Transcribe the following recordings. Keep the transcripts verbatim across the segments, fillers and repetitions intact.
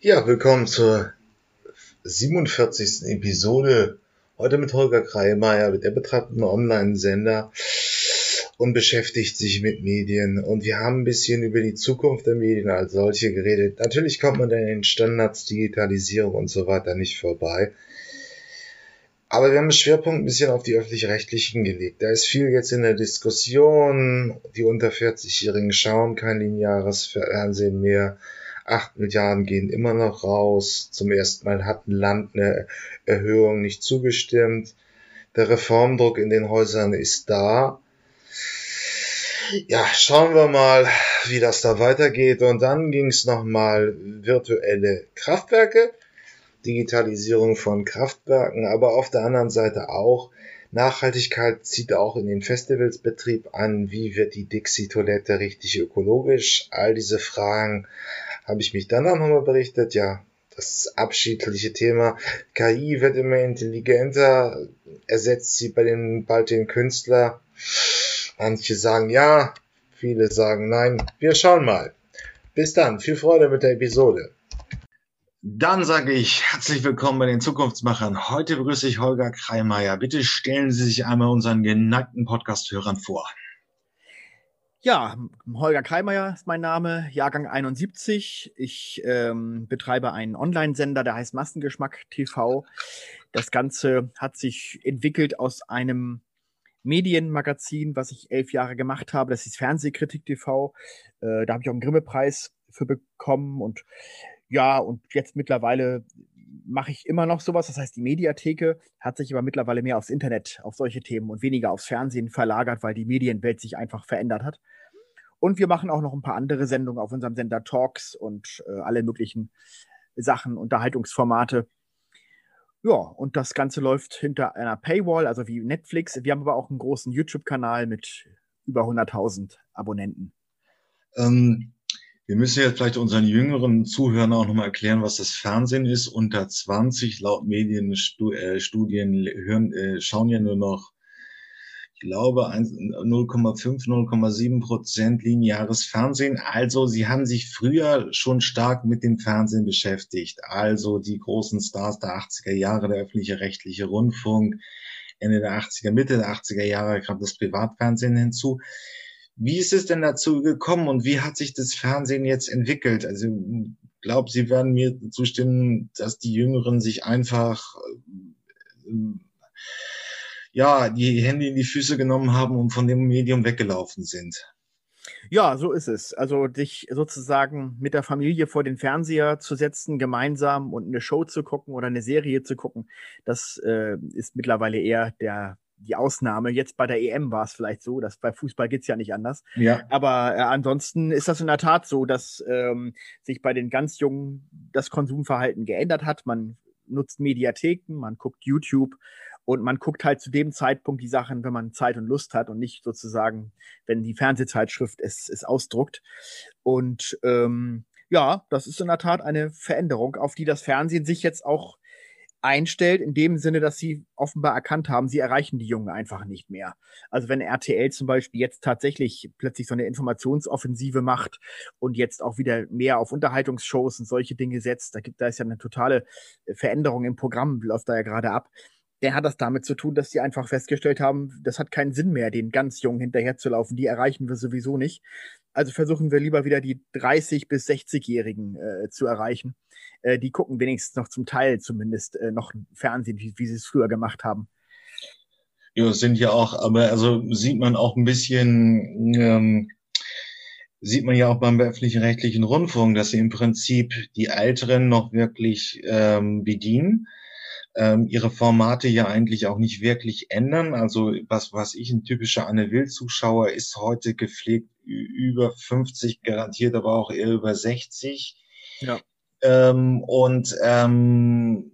Ja, willkommen zur siebenundvierzigsten Episode. Heute mit Holger Kreimeier. Der betreibt einen Online-Sender und beschäftigt sich mit Medien. Und wir haben ein bisschen über die Zukunft der Medien als solche geredet. Natürlich kommt man da in den Standards, Digitalisierung und so weiter nicht vorbei. Aber wir haben den Schwerpunkt ein bisschen auf die Öffentlich-Rechtlichen gelegt. Da ist viel jetzt in der Diskussion. Die unter vierzig-Jährigen schauen kein lineares Fernsehen mehr. Acht Milliarden gehen immer noch raus. Zum ersten Mal hat ein Land eine Erhöhung nicht zugestimmt. Der Reformdruck in den Häusern ist da. Ja, schauen wir mal, wie das da weitergeht. Und dann ging es nochmal virtuelle Kraftwerke, Digitalisierung von Kraftwerken, aber auf der anderen Seite auch Nachhaltigkeit zieht auch in den Festivalsbetrieb an. Wie wird die Dixie-Toilette richtig ökologisch? All diese Fragen habe ich mich dann auch nochmal berichtet. Ja, das abschiedliche Thema. K I wird immer intelligenter, ersetzt sie bei den bald den Künstler. Manche sagen ja, viele sagen nein. Wir schauen mal. Bis dann, viel Freude mit der Episode. Dann sage ich herzlich willkommen bei den Zukunftsmachern. Heute begrüße ich Holger Kreimeier. Bitte stellen Sie sich einmal unseren geneigten Podcast-Hörern vor. Ja, Holger Kreimeier ist mein Name, Jahrgang einundsiebzig. Ich ähm, betreibe einen Online-Sender, der heißt Massengeschmack T V. Das Ganze hat sich entwickelt aus einem Medienmagazin, was ich elf Jahre gemacht habe. Das ist Fernsehkritik T V. Äh, da habe ich auch einen Grimme-Preis für bekommen und ja, und jetzt mittlerweile mache ich immer noch sowas. Das heißt, die Mediatheke hat sich aber mittlerweile mehr aufs Internet, auf solche Themen und weniger aufs Fernsehen verlagert, weil die Medienwelt sich einfach verändert hat. Und wir machen auch noch ein paar andere Sendungen auf unserem Sender Talks und äh, alle möglichen Sachen, Unterhaltungsformate. Ja, und das Ganze läuft hinter einer Paywall, also wie Netflix. Wir haben aber auch einen großen YouTube-Kanal mit über hunderttausend Abonnenten. Ähm Wir müssen jetzt vielleicht unseren jüngeren Zuhörern auch nochmal erklären, was das Fernsehen ist. Unter zwanzig laut Medienstudien hören, äh, schauen ja nur noch, ich glaube, null Komma fünf, null Komma sieben Prozent lineares Fernsehen. Also sie haben sich früher schon stark mit dem Fernsehen beschäftigt. Also die großen Stars der achtziger Jahre, der öffentlich-rechtliche Rundfunk, Ende der achtziger, Mitte der achtziger Jahre kam das Privatfernsehen hinzu. Wie ist es denn dazu gekommen und wie hat sich das Fernsehen jetzt entwickelt? Also ich glaube, Sie werden mir zustimmen, dass die Jüngeren sich einfach äh, ja die Hände in die Füße genommen haben und von dem Medium weggelaufen sind. Ja, so ist es. Also dich sozusagen mit der Familie vor den Fernseher zu setzen, gemeinsam und eine Show zu gucken oder eine Serie zu gucken, das äh, ist mittlerweile eher der die Ausnahme. Jetzt bei der E M war es vielleicht so, dass bei Fußball geht's ja nicht anders. Ja. Aber äh, ansonsten ist das in der Tat so, dass ähm, sich bei den ganz Jungen das Konsumverhalten geändert hat. Man nutzt Mediatheken, man guckt YouTube und man guckt halt zu dem Zeitpunkt die Sachen, wenn man Zeit und Lust hat und nicht sozusagen, wenn die Fernsehzeitschrift es, es ausdruckt. Und ähm, ja, das ist in der Tat eine Veränderung, auf die das Fernsehen sich jetzt auch einstellt, in dem Sinne, dass sie offenbar erkannt haben, sie erreichen die Jungen einfach nicht mehr. Also wenn R T L zum Beispiel jetzt tatsächlich plötzlich so eine Informationsoffensive macht und jetzt auch wieder mehr auf Unterhaltungsshows und solche Dinge setzt, da gibt da ist ja eine totale Veränderung im Programm, läuft da ja gerade ab. Der hat das damit zu tun, dass die einfach festgestellt haben, das hat keinen Sinn mehr, den ganz Jungen hinterherzulaufen. Die erreichen wir sowieso nicht. Also versuchen wir lieber wieder die dreißig- bis sechzig-Jährigen äh, zu erreichen. Äh, die gucken wenigstens noch zum Teil zumindest äh, noch Fernsehen, wie, wie sie es früher gemacht haben. Ja, sind ja auch, aber also sieht man auch ein bisschen, ähm, sieht man ja auch beim öffentlich-rechtlichen Rundfunk, dass sie im Prinzip die Älteren noch wirklich ähm, bedienen. Ähm, ihre Formate ja eigentlich auch nicht wirklich ändern. Also was was ich ein typischer Anne-Will-Zuschauer ist heute gepflegt über fünfzig, garantiert aber auch eher über sechzig. Ja. Ähm, und ähm,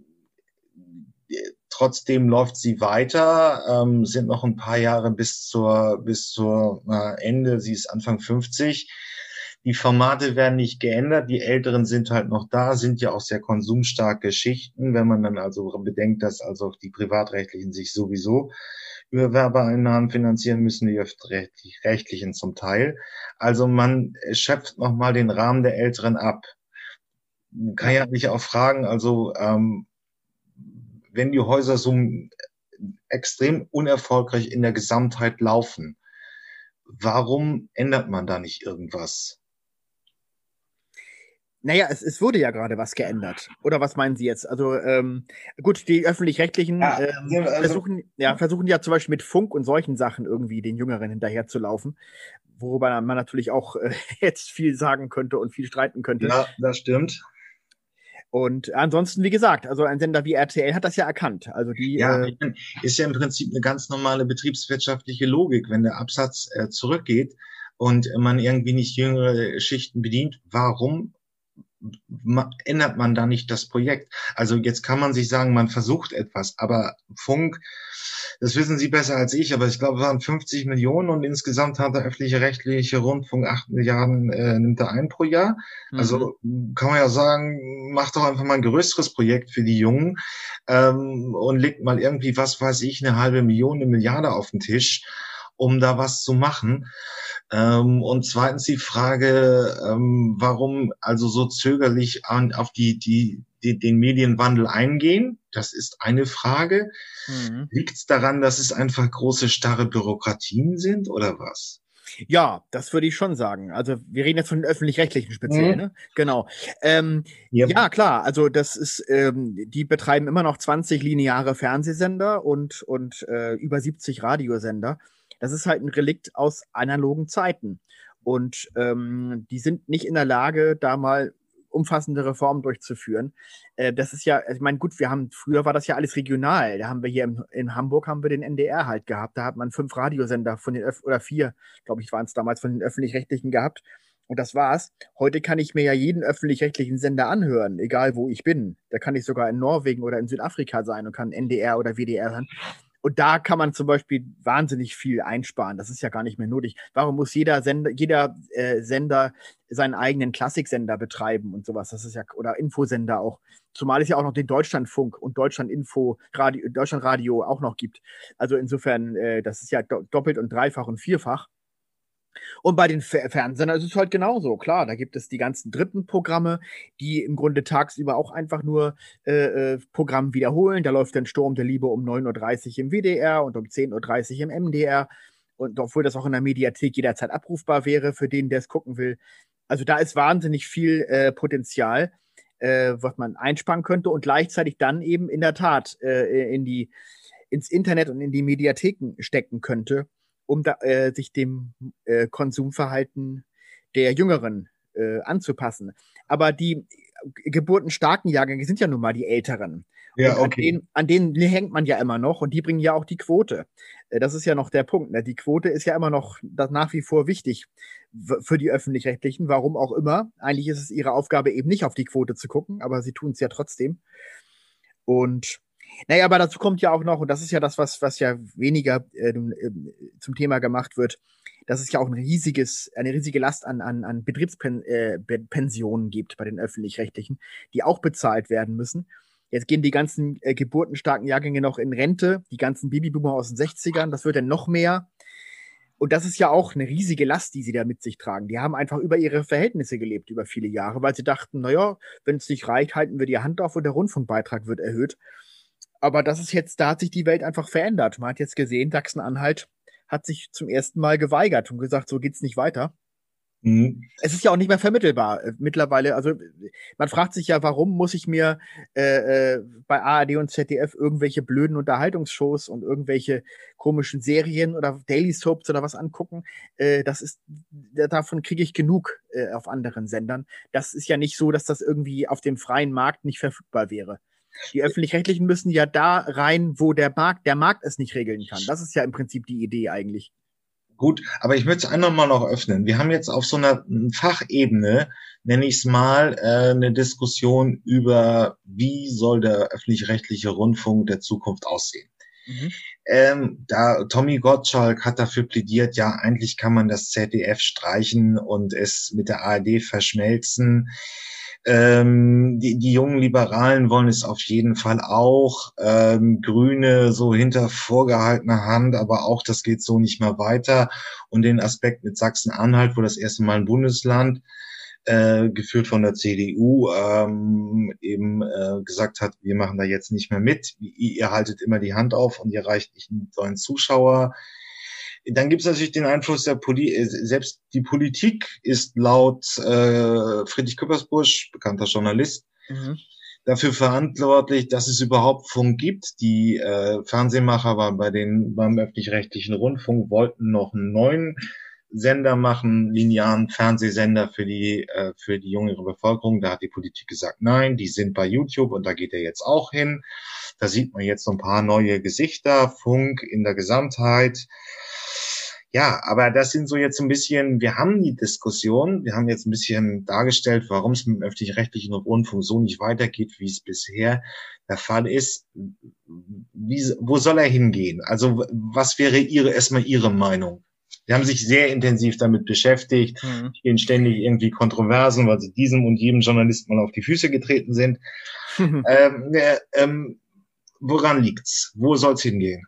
trotzdem läuft sie weiter, ähm, sind noch ein paar Jahre bis zur bis zur äh, Ende. Sie ist Anfang fünfzig. Die Formate werden nicht geändert, die Älteren sind halt noch da, sind ja auch sehr konsumstarke Schichten, wenn man dann also bedenkt, dass also die Privatrechtlichen sich sowieso über Werbeeinnahmen finanzieren müssen, die Öffentlich-Rechtlichen zum Teil. Also man schöpft nochmal den Rahmen der Älteren ab. kann ja mich auch fragen, also ähm, wenn die Häuser so extrem unerfolgreich in der Gesamtheit laufen, warum ändert man da nicht irgendwas? Naja, es, es wurde ja gerade was geändert. Oder was meinen Sie jetzt? Also, ähm, gut, die Öffentlich-Rechtlichen Ja, ähm, also, versuchen, ja, versuchen ja zum Beispiel mit Funk und solchen Sachen irgendwie den Jüngeren hinterherzulaufen, worüber man natürlich auch äh, jetzt viel sagen könnte und viel streiten könnte. ja, das stimmt. Und ansonsten, wie gesagt, also ein Sender wie R T L hat das ja erkannt. Also die, Ja, äh, ist ja im Prinzip eine ganz normale betriebswirtschaftliche Logik. Wenn der Absatz äh, zurückgeht und man irgendwie nicht jüngere Schichten bedient, warum ma- ändert man da nicht das Projekt? Also jetzt kann man sich sagen, man versucht etwas, aber Funk, das wissen Sie besser als ich, aber ich glaube, es waren fünfzig Millionen und insgesamt hat der öffentliche rechtliche Rundfunk acht Milliarden äh, nimmt er ein pro Jahr. mhm. Also kann man ja sagen, macht doch einfach mal ein größeres Projekt für die Jungen ähm, und legt mal irgendwie, was weiß ich, eine halbe Million, eine Milliarde auf den Tisch, um da was zu machen. Ähm, und zweitens die Frage, ähm, warum also so zögerlich an, auf die, die, die, den Medienwandel eingehen. Das ist eine Frage. Mhm. Liegt es daran, dass es einfach große, starre Bürokratien sind oder was? Ja, das würde ich schon sagen. Also wir reden jetzt von den Öffentlich-Rechtlichen speziell, Mhm. ne? Genau. Ähm, Ja. ja, klar, also das ist, ähm, die betreiben immer noch zwanzig lineare Fernsehsender und, und äh, über siebzig Radiosender. Das ist halt ein Relikt aus analogen Zeiten. Und ähm, die sind nicht in der Lage, da mal umfassende Reformen durchzuführen. Äh, das ist ja, ich meine, gut, wir haben, früher war das ja alles regional. Da haben wir hier im, in Hamburg haben wir den N D R halt gehabt. Da hat man fünf Radiosender von den, Öff oder vier, glaube ich, waren es damals von den Öffentlich-Rechtlichen gehabt. Und das war's. Heute kann ich mir ja jeden öffentlich-rechtlichen Sender anhören, egal wo ich bin. Da kann ich sogar in Norwegen oder in Südafrika sein und kann N D R oder W D R hören. Und da kann man zum Beispiel wahnsinnig viel einsparen. Das ist ja gar nicht mehr nötig. Warum muss jeder Sender, jeder äh, Sender seinen eigenen Klassiksender betreiben und sowas? Das ist ja, oder Infosender auch. Zumal es ja auch noch den Deutschlandfunk und Deutschlandinfo, Radio, Deutschlandradio auch noch gibt. Also insofern, äh, das ist ja do doppelt und dreifach und vierfach. Und bei den Fer Fernsehern ist es halt genauso. Klar, da gibt es die ganzen dritten Programme, die im Grunde tagsüber auch einfach nur äh, äh, Programm wiederholen. Da läuft dann Sturm der Liebe um neun Uhr dreißig im W D R und um zehn Uhr dreißig im M D R. Und obwohl das auch in der Mediathek jederzeit abrufbar wäre, für den, der es gucken will. Also da ist wahnsinnig viel äh, Potenzial, äh, was man einsparen könnte und gleichzeitig dann eben in der Tat äh, in die, ins Internet und in die Mediatheken stecken könnte, um da, äh, sich dem äh, Konsumverhalten der Jüngeren äh, anzupassen. Aber die geburtenstarken Jahrgänge sind ja nun mal die Älteren. Ja, Und an, okay. denen, an denen hängt man ja immer noch und die bringen ja auch die Quote. Äh, Das ist ja noch der Punkt. Ne? Die Quote ist ja immer noch das nach wie vor wichtig w- für die Öffentlich-Rechtlichen, warum auch immer. Eigentlich ist es ihre Aufgabe eben nicht auf die Quote zu gucken, aber sie tun es ja trotzdem. Und naja, aber dazu kommt ja auch noch, und das ist ja das, was, was ja weniger äh, zum Thema gemacht wird, dass es ja auch ein riesiges, eine riesige Last an, an, an Betriebspensionen äh, gibt bei den Öffentlich-Rechtlichen, die auch bezahlt werden müssen. Jetzt gehen die ganzen äh, geburtenstarken Jahrgänge noch in Rente, die ganzen Babyboomer aus den sechzigern, das wird dann noch mehr. Und das ist ja auch eine riesige Last, die sie da mit sich tragen. Die haben einfach über ihre Verhältnisse gelebt über viele Jahre, weil sie dachten, naja, wenn es nicht reicht, halten wir die Hand auf und der Rundfunkbeitrag wird erhöht. Aber das ist jetzt, da hat sich die Welt einfach verändert. Man hat jetzt gesehen, Sachsen-Anhalt hat sich zum ersten Mal geweigert und gesagt, so geht's nicht weiter. Mhm. Es ist ja auch nicht mehr vermittelbar äh, mittlerweile. Also man fragt sich ja, warum muss ich mir äh, äh, bei A R D und Z D F irgendwelche blöden Unterhaltungsshows und irgendwelche komischen Serien oder Daily Soaps oder was angucken? Äh, das ist, davon kriege ich genug äh, auf anderen Sendern. Das ist ja nicht so, dass das irgendwie auf dem freien Markt nicht verfügbar wäre. Die Öffentlich-Rechtlichen müssen ja da rein, wo der Markt, der Markt es nicht regeln kann. Das ist ja im Prinzip die Idee eigentlich. Gut, aber ich möchte es einmal mal noch öffnen. Wir haben jetzt auf so einer Fachebene, nenne ich es mal, äh, eine Diskussion über, wie soll der öffentlich-rechtliche Rundfunk der Zukunft aussehen. Mhm. Ähm, da Tommy Gottschalk hat dafür plädiert, ja, eigentlich kann man das Z D F streichen und es mit der A R D verschmelzen. Ähm, die, die jungen Liberalen wollen es auf jeden Fall auch. Ähm, Grüne so hinter vorgehaltener Hand, aber auch das geht so nicht mehr weiter. Und den Aspekt mit Sachsen-Anhalt, wo das erste Mal ein Bundesland äh, geführt von der C D U, ähm, eben äh, gesagt hat, wir machen da jetzt nicht mehr mit, ihr, ihr haltet immer die Hand auf und ihr reicht nicht einen neuen Zuschauer. Dann gibt es natürlich den Einfluss der Politik, selbst die Politik ist laut äh, Friedrich Küppersbusch, bekannter Journalist, mhm. dafür verantwortlich, dass es überhaupt Funk gibt. Die äh, Fernsehmacher waren bei den beim öffentlich-rechtlichen Rundfunk, wollten noch einen neuen Sender machen, linearen Fernsehsender für die äh, für die jüngere Bevölkerung. Da hat die Politik gesagt, nein, die sind bei YouTube und da geht er jetzt auch hin. Da sieht man jetzt so ein paar neue Gesichter, Funk in der Gesamtheit. Ja, aber das sind so jetzt ein bisschen, wir haben die Diskussion, wir haben jetzt ein bisschen dargestellt, warum es mit dem öffentlich-rechtlichen Rundfunk so nicht weitergeht, wie es bisher der Fall ist. Wie, wo soll er hingehen? Also was wäre Ihre erstmal Ihre Meinung? Sie haben sich sehr intensiv damit beschäftigt, mhm. gehen ständig irgendwie Kontroversen, weil sie diesem und jedem Journalisten mal auf die Füße getreten sind. Mhm. Ähm, äh, ähm, woran liegt's? Wo soll's hingehen?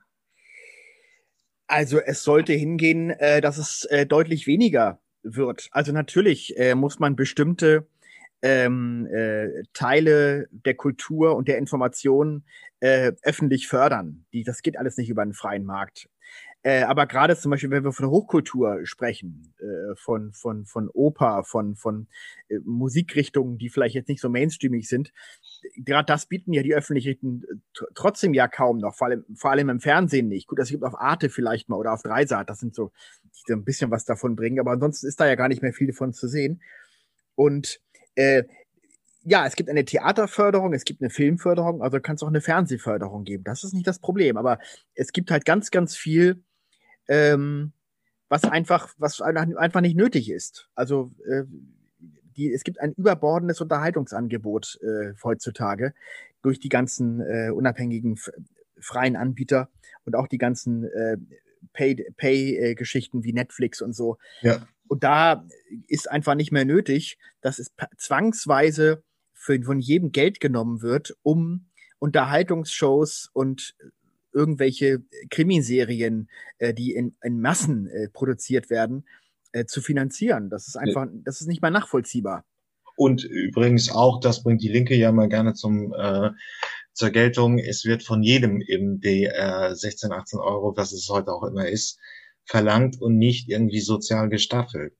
Also es sollte hingehen, äh, dass es äh, deutlich weniger wird. Also natürlich äh, muss man bestimmte ähm, äh, Teile der Kultur und der Information äh, öffentlich fördern. Die, das geht alles nicht über einen freien Markt. Äh, aber gerade zum Beispiel, wenn wir von Hochkultur sprechen, äh, von von von Oper, von von äh, Musikrichtungen, die vielleicht jetzt nicht so mainstreamig sind, gerade das bieten ja die Öffentlich-Rechtlichen t- trotzdem ja kaum noch, vor allem vor allem im Fernsehen nicht. Gut, das gibt auf Arte vielleicht mal oder auf Dreisat, das sind so, die so ein bisschen was davon bringen, aber ansonsten ist da ja gar nicht mehr viel davon zu sehen. Und äh, ja, es gibt eine Theaterförderung, es gibt eine Filmförderung, also kann es auch eine Fernsehförderung geben. Das ist nicht das Problem, aber es gibt halt ganz, ganz viel, ähm, was einfach, was einfach nicht nötig ist. Also äh, die, es gibt ein überbordendes Unterhaltungsangebot äh, heutzutage durch die ganzen äh, unabhängigen f- freien Anbieter und auch die ganzen äh, Pay-Geschichten Pay, äh, wie Netflix und so. Ja. Und da ist einfach nicht mehr nötig, dass es p- zwangsweise für, von jedem Geld genommen wird, um Unterhaltungsshows und irgendwelche Krimiserien, äh, die in, in Massen äh, produziert werden, äh, zu finanzieren. Das ist einfach, das ist nicht mehr nachvollziehbar. Und übrigens auch, das bringt die Linke ja mal gerne zum äh, zur Geltung, es wird von jedem eben die äh, sechzehn, achtzehn Euro, was es heute auch immer ist, verlangt und nicht irgendwie sozial gestaffelt.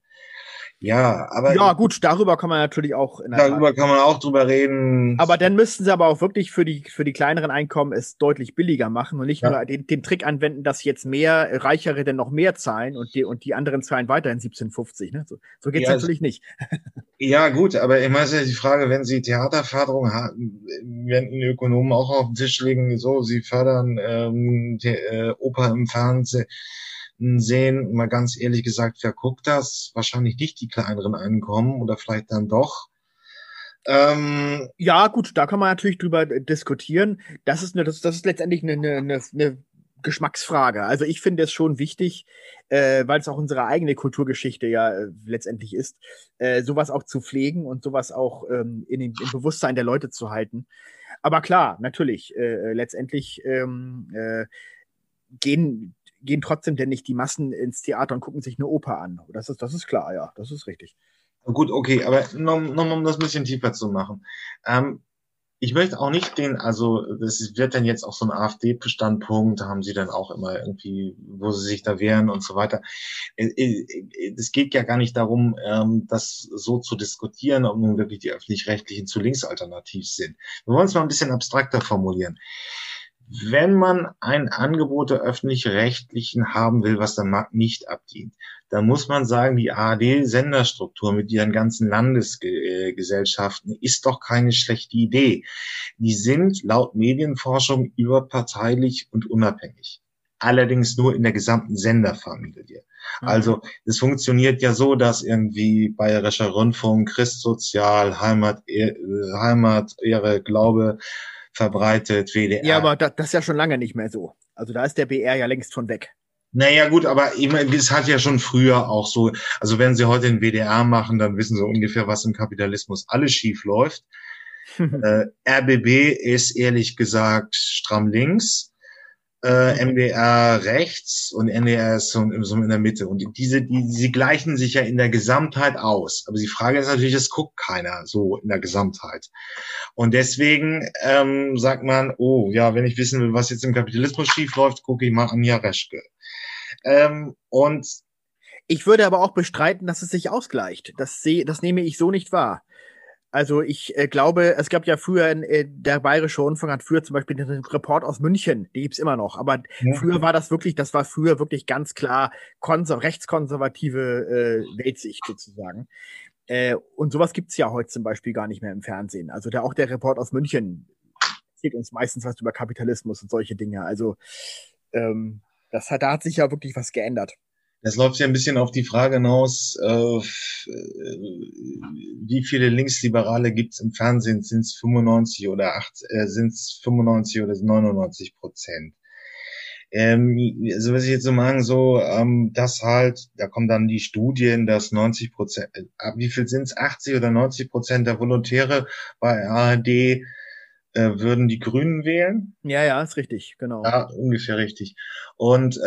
Ja, aber ja, gut, darüber kann man natürlich auch in der darüber Tat. kann man auch drüber reden. Aber dann müssten sie aber auch wirklich für die für die kleineren Einkommen es deutlich billiger machen und nicht ja. nur den, den Trick anwenden, dass jetzt mehr Reichere denn noch mehr zahlen und die und die anderen zahlen weiterhin siebzehn fünfzig. Ne? So, so geht's ja, natürlich nicht. Ja, gut, aber ich meine, es ist ja die Frage, wenn Sie Theaterförderung haben, werden Ihnen Ökonomen auch auf den Tisch legen, so, Sie fördern ähm, die, äh, Oper im Fernsehen. Sehen, mal ganz ehrlich gesagt, wer guckt das? Wahrscheinlich nicht die kleineren Einkommen oder vielleicht dann doch. Ähm, ja, gut, da kann man natürlich drüber diskutieren. Das ist, eine, das, das ist letztendlich eine, eine, eine Geschmacksfrage. Also ich finde es schon wichtig, äh, weil es auch unsere eigene Kulturgeschichte ja äh, letztendlich ist, äh, sowas auch zu pflegen und sowas auch ähm, in den, im Bewusstsein der Leute zu halten. Aber klar, natürlich, äh, letztendlich ähm, äh, gehen gehen trotzdem denn nicht die Massen ins Theater und gucken sich eine Oper an. Das ist, das ist klar, ja, das ist richtig. Gut, okay, aber noch, noch mal, um das ein bisschen tiefer zu machen. Ähm, ich möchte auch nicht den, also das wird dann jetzt auch so ein AfD-Standpunkt, da haben sie dann auch immer irgendwie, wo sie sich da wehren und so weiter. Es geht ja gar nicht darum, das so zu diskutieren, ob nun wirklich die Öffentlich-Rechtlichen zu linksalternativ sind. Wir wollen es mal ein bisschen abstrakter formulieren. Wenn man ein Angebot der Öffentlich-Rechtlichen haben will, was der Markt nicht abdient, dann muss man sagen, die A R D-Senderstruktur mit ihren ganzen Landesgesellschaften ist doch keine schlechte Idee. Die sind laut Medienforschung überparteilich und unabhängig. Allerdings nur in der gesamten Senderfamilie. Mhm. Also es funktioniert ja so, dass irgendwie Bayerischer Rundfunk, Christsozial, Heimat, Heimat, Ehre, Glaube verbreitet, W D R. Ja, aber das, das ist ja schon lange nicht mehr so. Also da ist der B R ja längst von weg. Naja, gut, aber es hat ja schon früher auch so, also wenn Sie heute den W D R machen, dann wissen Sie ungefähr, was im Kapitalismus alles schief läuft. äh, R B B ist ehrlich gesagt stramm links. äh, M D R rechts und N D R ist so, so in der Mitte. Und diese, die, sie gleichen sich ja in der Gesamtheit aus. Aber die Frage ist natürlich, es guckt keiner so in der Gesamtheit. Und deswegen ähm, sagt man, oh, ja, wenn ich wissen will, was jetzt im Kapitalismus schief läuft, gucke ich mal Anja Reschke. Ähm, und ich würde aber auch bestreiten, dass es sich ausgleicht. Das, seh, das nehme ich so nicht wahr. Also ich äh, glaube, es gab ja früher, äh, der Bayerische Rundfunk hat früher zum Beispiel den Report aus München, die gibt's immer noch, aber ja. früher war das wirklich, das war früher wirklich ganz klar konser rechtskonservative äh, Weltsicht sozusagen. Äh, und sowas gibt's ja heute zum Beispiel gar nicht mehr im Fernsehen. Also da auch der Report aus München erzählt uns meistens was über Kapitalismus und solche Dinge. Also ähm, das hat, da hat sich ja wirklich was geändert. Das läuft ja ein bisschen auf die Frage hinaus, äh, wie viele Linksliberale gibt's im Fernsehen? Sind es fünfundneunzig oder acht, äh, sind es fünfundneunzig oder neunundneunzig Prozent? Ähm, also was ich jetzt so machen, so, ähm, das halt, da kommen dann die Studien, dass neunzig Prozent, äh, wie viel sind's? achtzig oder neunzig Prozent der Volontäre bei A R D äh, würden die Grünen wählen? Ja, ja, ist richtig, genau. Ja, ungefähr richtig. Und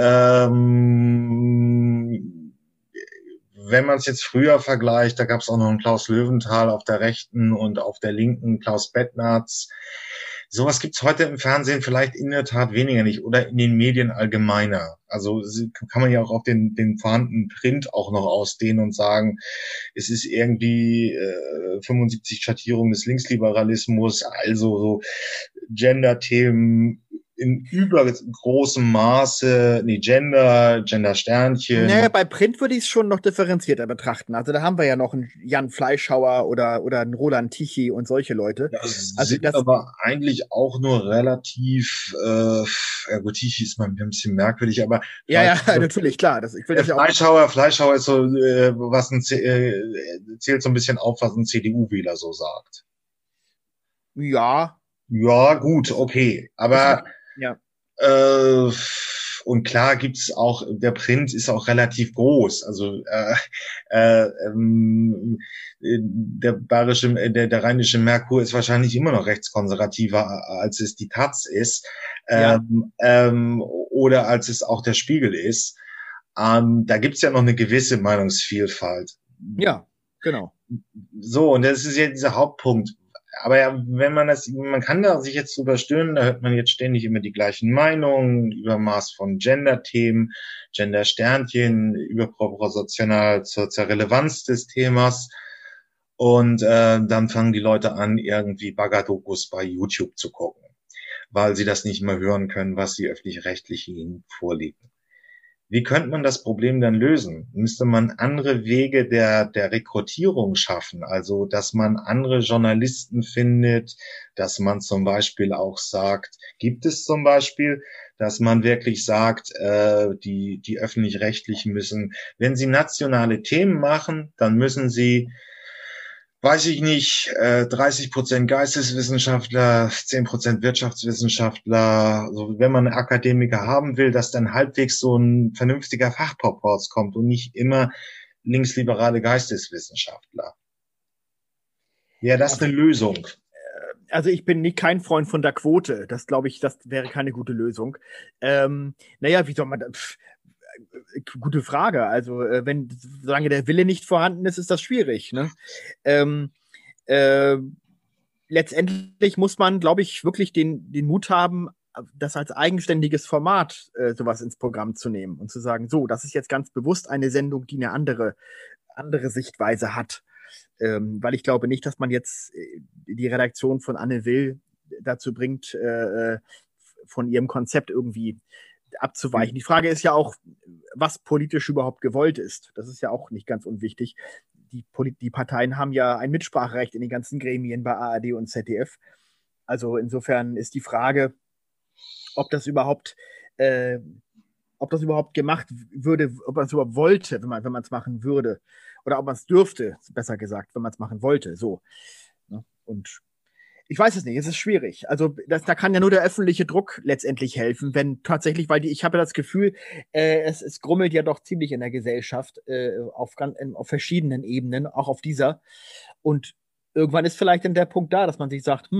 ähm, wenn man es jetzt früher vergleicht, da gab es auch noch einen Klaus Löwenthal auf der rechten und auf der linken Klaus Bettnarz. Sowas gibt's heute im Fernsehen vielleicht in der Tat weniger nicht oder in den Medien allgemeiner. Also kann man ja auch auf den, den vorhandenen Print auch noch ausdehnen und sagen, es ist irgendwie äh, fünfundsiebzig Schattierungen des Linksliberalismus, also so Gender-Themen in übergroßem Maße, nee, Gender, Gender-Sternchen. Naja, bei Print würde ich es schon noch differenzierter betrachten. Also da haben wir ja noch einen Jan Fleischhauer oder, oder einen Roland Tichy und solche Leute. Das Also sind das, aber eigentlich auch nur relativ, äh, ja gut, Tichy ist mal ein bisschen merkwürdig, aber ja, ja, natürlich, klar. Das, ich will der das ja auch. Fleischhauer, Fleischhauer ist so, äh, was ein, C- äh, zählt so ein bisschen auf, was ein C D U-Wähler so sagt. Ja, Ja, gut, okay, aber ja. Äh, und klar gibt's auch, der Print ist auch relativ groß. Also äh, äh, ähm, der bayerische, der, der rheinische Merkur ist wahrscheinlich immer noch rechtskonservativer, als es die Taz ist, Ja. ähm, ähm, oder als es auch der Spiegel ist. Ähm, da gibt's ja noch eine gewisse Meinungsvielfalt. Ja, genau. So, und das ist ja dieser Hauptpunkt. Aber ja, wenn man das, man kann da sich jetzt drüber stöhnen, da hört man jetzt ständig immer die gleichen Meinungen, Übermaß von Gender-Themen, Gender-Sternchen, überproportional zur, zur Relevanz des Themas. Und äh, dann fangen die Leute an, irgendwie Baggerdokus bei YouTube zu gucken, weil sie das nicht mehr hören können, was die öffentlich-rechtlich ihnen vorlegen. Wie könnte man das Problem dann lösen? Müsste man andere Wege der, der Rekrutierung schaffen? Also, dass man andere Journalisten findet, dass man zum Beispiel auch sagt, gibt es zum Beispiel, dass man wirklich sagt, äh, die, die Öffentlich-Rechtlichen müssen, wenn sie nationale Themen machen, dann müssen sie, weiß ich nicht, äh, dreißig Prozent Geisteswissenschaftler, zehn Prozent Wirtschaftswissenschaftler. Also wenn man einen Akademiker haben will, dass dann halbwegs so ein vernünftiger Fachproporz kommt und nicht immer linksliberale Geisteswissenschaftler. Wäre das eine Lösung? Also ich bin nicht kein Freund von der Quote. Das glaube ich, das wäre keine gute Lösung. Ähm, naja, wie soll man das? Pff, gute Frage. Also, äh, wenn, solange der Wille nicht vorhanden ist, ist das schwierig. Ne? Ähm, äh, letztendlich muss man, glaube ich, wirklich den, den Mut haben, das als eigenständiges Format äh, sowas ins Programm zu nehmen und zu sagen, so, das ist jetzt ganz bewusst eine Sendung, die eine andere, andere Sichtweise hat. Ähm, weil ich glaube nicht, dass man jetzt äh, die Redaktion von Anne Will dazu bringt, äh, von ihrem Konzept irgendwie abzuweichen. Die Frage ist ja auch, was politisch überhaupt gewollt ist. Das ist ja auch nicht ganz unwichtig. Die, die Parteien haben ja ein Mitspracherecht in den ganzen Gremien bei A R D und Z D F. Also insofern ist die Frage, ob das überhaupt, äh, ob das überhaupt gemacht würde, ob man es überhaupt wollte, wenn man wenn man es machen würde, oder ob man es dürfte, besser gesagt, wenn man es machen wollte. So. Und ich weiß es nicht, es ist schwierig. Also das, da kann ja nur der öffentliche Druck letztendlich helfen, wenn tatsächlich, weil die, ich habe ja das Gefühl, äh, es, es grummelt ja doch ziemlich in der Gesellschaft äh, auf, auf verschiedenen Ebenen, auch auf dieser. Und irgendwann ist vielleicht dann der Punkt da, dass man sich sagt, hm,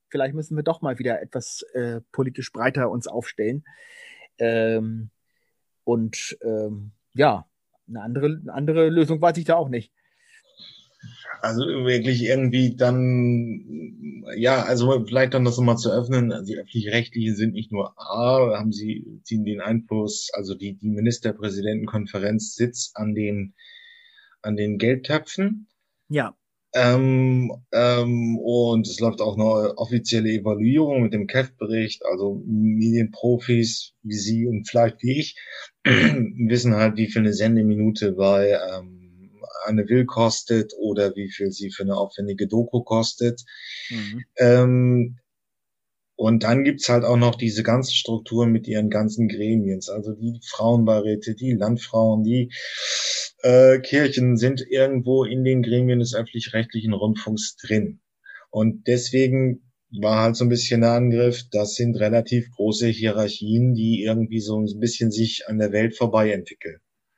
vielleicht müssen wir doch mal wieder etwas äh, politisch breiter uns aufstellen. Ähm, und ähm, ja, eine andere, eine andere Lösung weiß ich da auch nicht. Also wirklich irgendwie dann, ja, also vielleicht dann das nochmal zu öffnen. Also die öffentlich-rechtlichen sind nicht nur A, haben sie, ziehen den Einfluss, also die, die Ministerpräsidentenkonferenz sitzt an den, an den Geldtöpfen. Ja. Ähm, ähm, und es läuft auch eine offizielle Evaluierung mit dem K E F-Bericht. Also Medienprofis wie Sie und vielleicht wie ich wissen halt, wie viel eine Sendeminute bei ähm, Anne Will kostet oder wie viel sie für eine aufwendige Doku kostet. Mhm. Ähm, und dann gibt's halt auch noch diese ganzen Strukturen mit ihren ganzen Gremien. Also die Frauenbeiräte, die Landfrauen, die äh, Kirchen sind irgendwo in den Gremien des öffentlich-rechtlichen Rundfunks drin. Und deswegen war halt so ein bisschen der Angriff, das sind relativ große Hierarchien, die irgendwie so ein bisschen sich an der Welt vorbei entwickeln.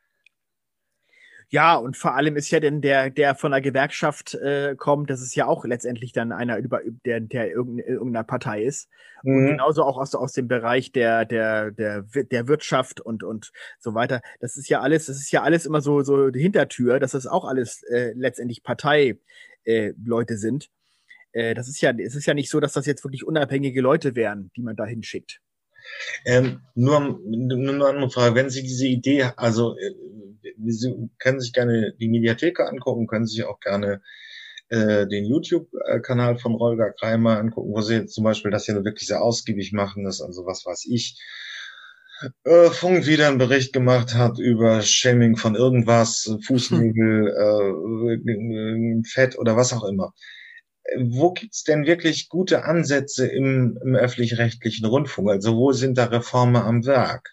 Ja, und vor allem ist ja denn der, der von der Gewerkschaft äh, kommt, das ist ja auch letztendlich dann einer, über, der, der irgendeiner irgendeiner Partei ist. Und Mhm. genauso auch aus, aus dem Bereich der, der, der, der Wirtschaft und, und so weiter. Das ist ja alles, das ist ja alles immer so, so die Hintertür, dass das auch alles äh, letztendlich Parteileute äh, Leute sind. Äh, das ist ja, es ist ja nicht so, dass das jetzt wirklich unabhängige Leute wären, die man da hinschickt. Ähm, nur, nur eine andere Frage. Wenn Sie diese Idee, also äh, Sie können sich gerne die Mediathek angucken, können sich auch gerne äh, den YouTube-Kanal von Holger Kreimer angucken, wo Sie jetzt zum Beispiel das ja wirklich sehr ausgiebig machen, das also was weiß ich, äh, Funk wieder einen Bericht gemacht hat über Shaming von irgendwas, Fußnägel, äh, Fett oder was auch immer. Wo gibt's denn wirklich gute Ansätze im, im öffentlich-rechtlichen Rundfunk? Also wo sind da Reformer am Werk?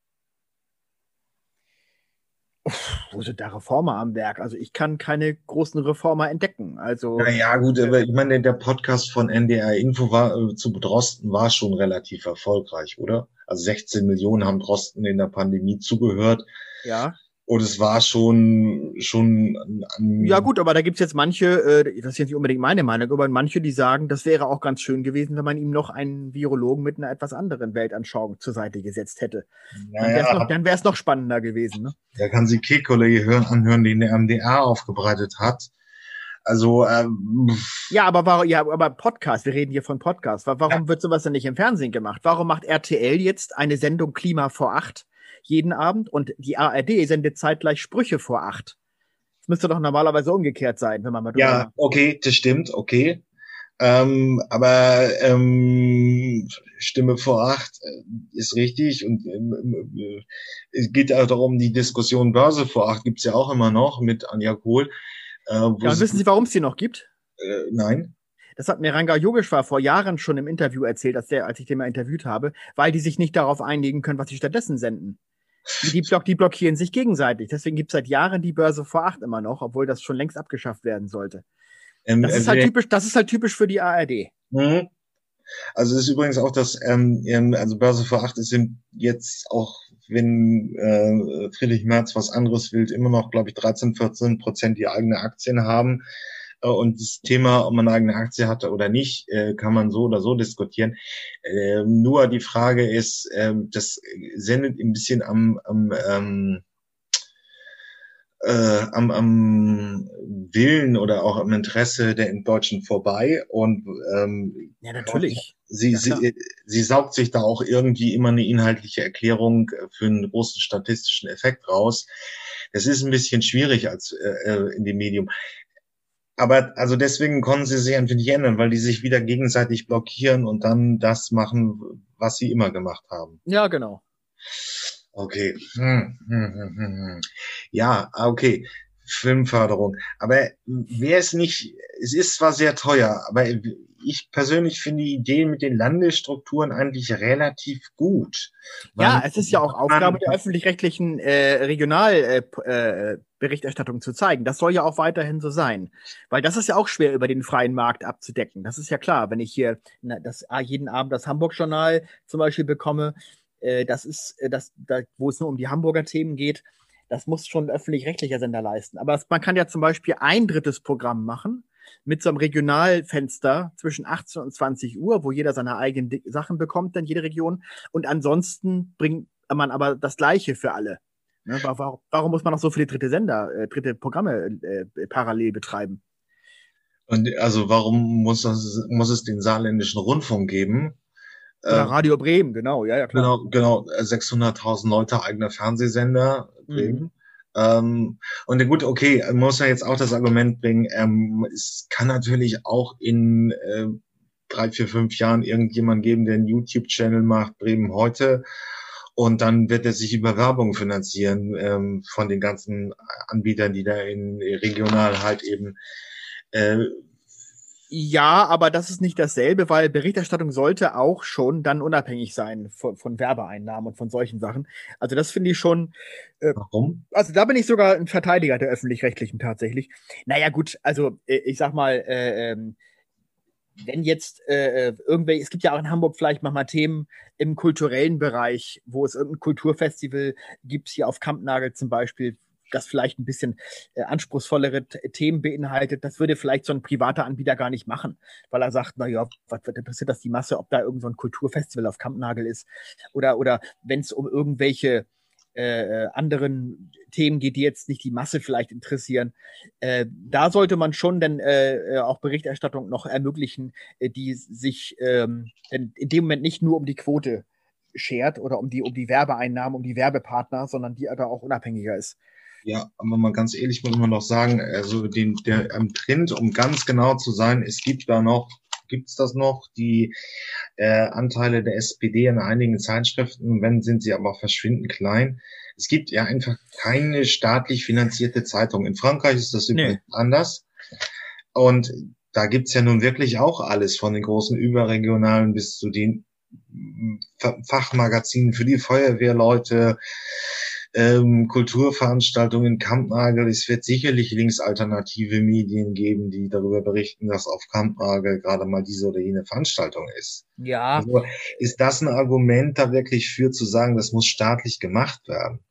Wo sind da Reformer am Werk? Also ich kann keine großen Reformer entdecken. Also Naja, gut, aber ich meine, der Podcast von N D R Info war, äh, zu Drosten war schon relativ erfolgreich, oder? Also sechzehn Millionen haben Drosten in der Pandemie zugehört. ja. Und es war schon, schon an, Ja gut, aber da gibt's jetzt manche, äh, das ist jetzt nicht unbedingt meine Meinung, aber manche, die sagen, das wäre auch ganz schön gewesen, wenn man ihm noch einen Virologen mit einer etwas anderen Weltanschauung zur Seite gesetzt hätte. Dann wäre es naja, noch, dann wär's noch spannender gewesen. Ne? da kann sich Kekulé hören, anhören, den der M D R aufgebreitet hat. Also, ähm, Ja, aber warum, ja, aber Podcast, wir reden hier von Podcast. Warum Ja. wird sowas denn nicht im Fernsehen gemacht? Warum macht R T L jetzt eine Sendung Klima vor acht jeden Abend und die A R D sendet zeitgleich Sprüche vor acht? Das müsste doch normalerweise umgekehrt sein, wenn man mal drüber ja, nachdenkt. okay, das stimmt, okay. Ähm, aber ähm, Stimme vor acht äh, ist richtig und ähm, äh, es geht auch darum, die Diskussion Börse vor acht gibt's ja auch immer noch mit Anja Kohl. Äh, wo Ja, und sie, wissen Sie, warum es die noch gibt? äh, nein. Das hat mir Ranga Yogeshwar vor Jahren schon im Interview erzählt, als, der, als ich den mal interviewt habe, weil die sich nicht darauf einigen können, was sie stattdessen senden. Die, die, block, die blockieren sich gegenseitig. Deswegen gibt es seit Jahren die Börse vor acht immer noch, obwohl das schon längst abgeschafft werden sollte. Ähm, Das ist also, halt typisch, das ist halt typisch für die A R D. hm, also es ist übrigens auch das, ähm, ähm, also Börse vor acht ist jetzt auch, wenn äh, Friedrich Merz was anderes will, immer noch, glaube ich, dreizehn, vierzehn Prozent die eigene Aktien haben. Äh, und das Thema, ob man eine eigene Aktie hatte oder nicht, äh, kann man so oder so diskutieren. Äh, nur die Frage ist, äh, das sendet ein bisschen am, am ähm, äh, am, am Willen oder auch am Interesse der Deutschen vorbei und ähm, Ja, natürlich. sie, Ja, klar. sie, sie saugt sich da auch irgendwie immer eine inhaltliche Erklärung für einen großen statistischen Effekt raus. Das ist ein bisschen schwierig als äh, in dem Medium. Aber also deswegen konnten sie sich einfach nicht ändern, weil die sich wieder gegenseitig blockieren und dann das machen, was sie immer gemacht haben. Ja, genau. Okay. Hm, hm, hm, hm, hm. Ja, okay. Filmförderung. Aber wäre es nicht, es ist zwar sehr teuer, aber ich persönlich finde die Idee mit den Landesstrukturen eigentlich relativ gut. Ja, Weil es ist ja auch Aufgabe man, der öffentlich-rechtlichen äh, Regionalberichterstattung äh, äh, zu zeigen. Das soll ja auch weiterhin so sein. Weil das ist ja auch schwer über den freien Markt abzudecken. Das ist ja klar, wenn ich hier na, das, jeden Abend das Hamburg-Journal zum Beispiel bekomme, äh, das ist, äh, das, da, wo es nur um die Hamburger Themen geht, das muss schon ein öffentlich-rechtlicher Sender leisten. Aber es, man kann ja zum Beispiel ein drittes Programm machen, mit so einem Regionalfenster zwischen achtzehn und zwanzig Uhr, wo jeder seine eigenen Sachen bekommt, dann jede Region. Und ansonsten bringt man aber das Gleiche für alle. Ne? Warum, warum muss man noch so viele dritte Sender, äh, dritte Programme äh, parallel betreiben? Und also warum muss das, muss es den saarländischen Rundfunk geben? Oder Radio Bremen, genau, ja, ja, klar. Genau, genau, sechshunderttausend Leute, eigener Fernsehsender, Bremen. Mhm. Ähm, und gut, okay, muss man jetzt auch das Argument bringen, ähm, es kann natürlich auch in äh, drei, vier, fünf Jahren irgendjemand geben, der einen YouTube-Channel macht, Bremen heute, und dann wird er sich über Werbung finanzieren ähm, von den ganzen Anbietern, die da in regional halt eben äh, ja, aber das ist nicht dasselbe, weil Berichterstattung sollte auch schon dann unabhängig sein von, von Werbeeinnahmen und von solchen Sachen. Also das finde ich schon. Äh, Warum? Also da bin ich sogar ein Verteidiger der Öffentlich-Rechtlichen tatsächlich. Naja gut, also äh, ich sag mal, äh, ähm, wenn jetzt äh, irgendwelche, es gibt ja auch in Hamburg vielleicht manchmal Themen im kulturellen Bereich, wo es irgendein Kulturfestival gibt, hier auf Kampnagel zum Beispiel, das vielleicht ein bisschen äh, anspruchsvollere T- Themen beinhaltet, das würde vielleicht so ein privater Anbieter gar nicht machen, weil er sagt, naja, was interessiert das die Masse, ob da irgend so ein Kulturfestival auf Kampnagel ist oder, oder wenn es um irgendwelche äh, anderen Themen geht, die jetzt nicht die Masse vielleicht interessieren. Äh, da sollte man schon dann äh, auch Berichterstattung noch ermöglichen, äh, die sich ähm, in dem Moment nicht nur um die Quote schert oder um die, um die Werbeeinnahmen, um die Werbepartner, sondern die da auch unabhängiger ist. Ja, aber mal ganz ehrlich muss man noch sagen, also den, der am Print, um ganz genau zu sein, es gibt da noch, gibt's das noch, die äh, Anteile der S P D in einigen Zeitschriften, wenn sind sie aber verschwindend klein. Es gibt ja einfach keine staatlich finanzierte Zeitung. In Frankreich ist das übrigens nee. anders. Und da gibt's ja nun wirklich auch alles, von den großen überregionalen bis zu den Fachmagazinen für die Feuerwehrleute, ähm, Kulturveranstaltungen, Kampnagel. Es wird sicherlich linksalternative Medien geben, die darüber berichten, dass auf Kampnagel gerade mal diese oder jene Veranstaltung ist. Ja. Also, ist das ein Argument da wirklich für zu sagen, das muss staatlich gemacht werden?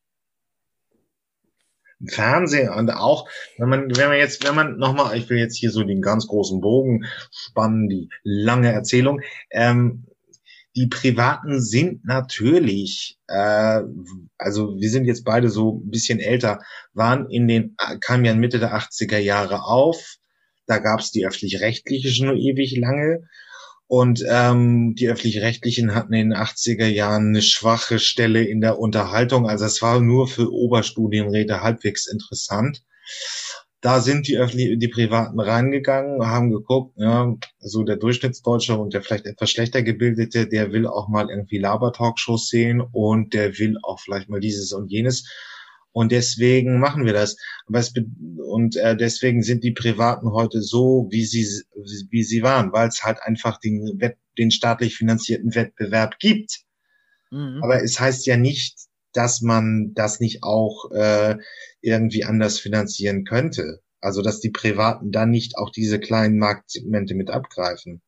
Im Fernsehen und auch, wenn man, wenn man jetzt, wenn man nochmal, ich will jetzt hier so den ganz großen Bogen spannen, die lange Erzählung, ähm, die Privaten sind natürlich, äh, also wir sind jetzt beide so ein bisschen älter, waren in den, kamen ja Mitte der achtziger Jahre auf, da gab's die Öffentlich-Rechtliche schon ewig lange und ähm, die Öffentlich-Rechtlichen hatten in den achtziger Jahren eine schwache Stelle in der Unterhaltung, also es war nur für Oberstudienräte halbwegs interessant. Da sind die öffentlich, die Privaten reingegangen, haben geguckt, ja, so der Durchschnittsdeutsche und der vielleicht etwas schlechter gebildete, der will auch mal irgendwie Laber-Talkshows sehen und der will auch vielleicht mal dieses und jenes. Und deswegen machen wir das. Und äh, deswegen sind die Privaten heute so, wie sie wie sie waren, weil es halt einfach den, den staatlich finanzierten Wettbewerb gibt. Mhm. Aber es heißt ja nicht, dass man das nicht auch äh, irgendwie anders finanzieren könnte. Also dass die Privaten dann nicht auch diese kleinen Marktsegmente mit abgreifen.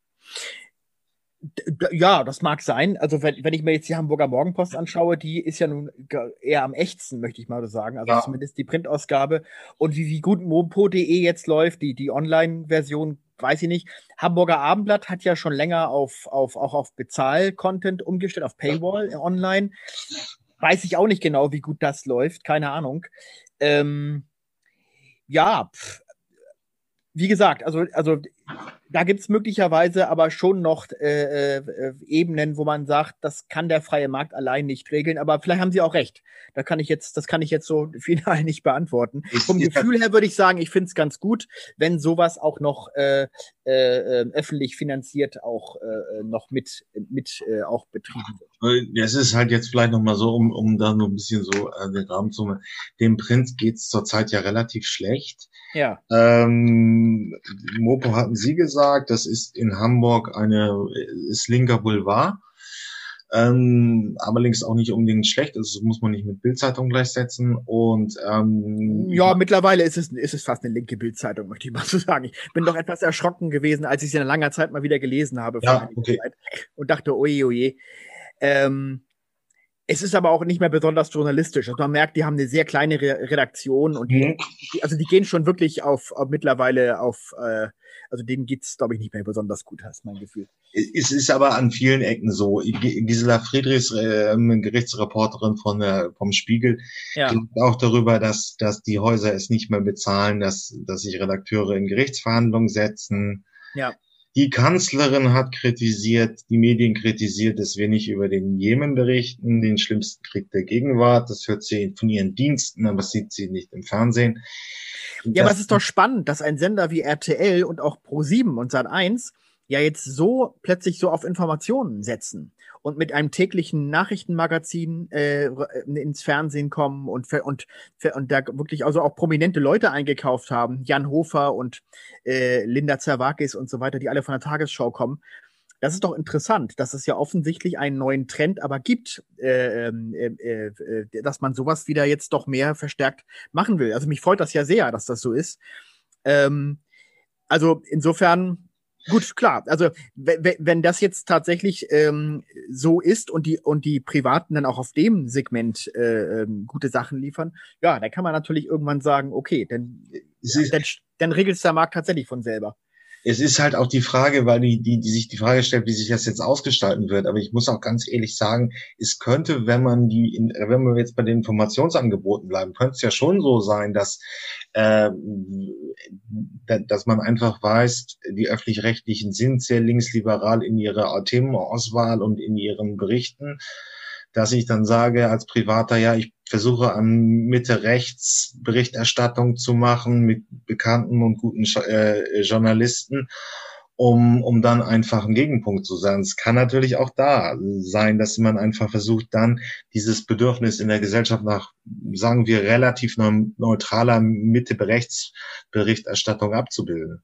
Ja, das mag sein. Also wenn, wenn ich mir jetzt die Hamburger Morgenpost anschaue, die ist ja nun eher am echtsten, möchte ich mal so sagen. Also ja. Zumindest die Printausgabe. Und wie, wie gut mopo punkt de jetzt läuft, die, die Online-Version, weiß ich nicht. Hamburger Abendblatt hat ja schon länger auf, auf, auch auf Bezahl-Content umgestellt, auf Paywall ja. online. Weiß ich auch nicht genau, wie gut das läuft. Keine Ahnung. Ähm, ja, pff. Wie gesagt, also, also da gibt's möglicherweise aber schon noch äh, äh, Ebenen, wo man sagt, das kann der freie Markt allein nicht regeln. Aber vielleicht haben Sie auch recht. Da kann ich jetzt, das kann ich jetzt so final nicht beantworten. Ich, Vom Gefühl her würde ich sagen, ich finde es ganz gut, wenn sowas auch noch äh, äh, öffentlich finanziert auch äh, noch mit mit äh, auch betrieben wird. Es ist halt jetzt vielleicht noch mal so, um um da noch ein bisschen so äh, den Rahmen zu machen. Dem Print geht's zurzeit ja relativ schlecht. Ja. Ähm, Mopo hatten Sie gesagt, das ist in Hamburg eine, ist linker Boulevard, ähm, aber links auch nicht unbedingt schlecht, also das muss man nicht mit Bild-Zeitung gleichsetzen und ähm, ja, mittlerweile ist es, ist es fast eine linke Bild-Zeitung, möchte ich mal so sagen. Ich bin doch etwas erschrocken gewesen, als ich sie in langer Zeit mal wieder gelesen habe ja, okay. Zeit und dachte, oje, oje. Ähm, Es ist aber auch nicht mehr besonders journalistisch. Also man merkt, die haben eine sehr kleine Re Redaktion und die, die, also die gehen schon wirklich auf, auf mittlerweile auf, äh, also denen geht's, glaube ich, nicht mehr besonders gut, hast mein Gefühl. Es ist aber an vielen Ecken so. Gisela Friedrichs, äh, Gerichtsreporterin von der, vom Spiegel, ja. klagt auch darüber, dass, dass die Häuser es nicht mehr bezahlen, dass, dass sich Redakteure in Gerichtsverhandlungen setzen. Ja. Die Kanzlerin hat kritisiert, die Medien kritisiert, dass wir nicht über den Jemen berichten, den schlimmsten Krieg der Gegenwart. Das hört sie von ihren Diensten, aber das sieht sie nicht im Fernsehen. Und ja, aber es ist doch spannend, dass ein Sender wie R T L und auch ProSieben und Sat eins ja jetzt so plötzlich so auf Informationen setzen und mit einem täglichen Nachrichtenmagazin äh, ins Fernsehen kommen und und und da wirklich also auch prominente Leute eingekauft haben, Jan Hofer und äh, Linda Zerwakis und so weiter, die alle von der Tagesschau kommen. Das ist doch interessant, dass es ja offensichtlich einen neuen Trend aber gibt, äh, äh, äh, dass man sowas wieder jetzt doch mehr verstärkt machen will. Also mich freut das ja sehr, dass das so ist. Ähm, also insofern gut, klar. Also wenn das jetzt tatsächlich ähm, so ist und die und die Privaten dann auch auf dem Segment äh, ähm, gute Sachen liefern, ja, dann kann man natürlich irgendwann sagen, okay, dann, ja, dann, dann regelt es der Markt tatsächlich von selber. Es ist halt auch die Frage, weil die, die, die sich die Frage stellt, wie sich das jetzt ausgestalten wird. Aber ich muss auch ganz ehrlich sagen, es könnte, wenn man die, wenn wir jetzt bei den Informationsangeboten bleiben, könnte es ja schon so sein, dass, äh, dass man einfach weiß, die Öffentlich-Rechtlichen sind sehr linksliberal in ihrer Themenauswahl und in ihren Berichten, dass ich dann sage als Privater, ja, ich versuche an Mitte-Rechts-Berichterstattung zu machen mit bekannten und guten äh, Journalisten, um um dann einfach ein Gegenpunkt zu sein. Es kann natürlich auch da sein, dass man einfach versucht, dann dieses Bedürfnis in der Gesellschaft nach, sagen wir, relativ neutraler Mitte-Rechts-Berichterstattung abzubilden.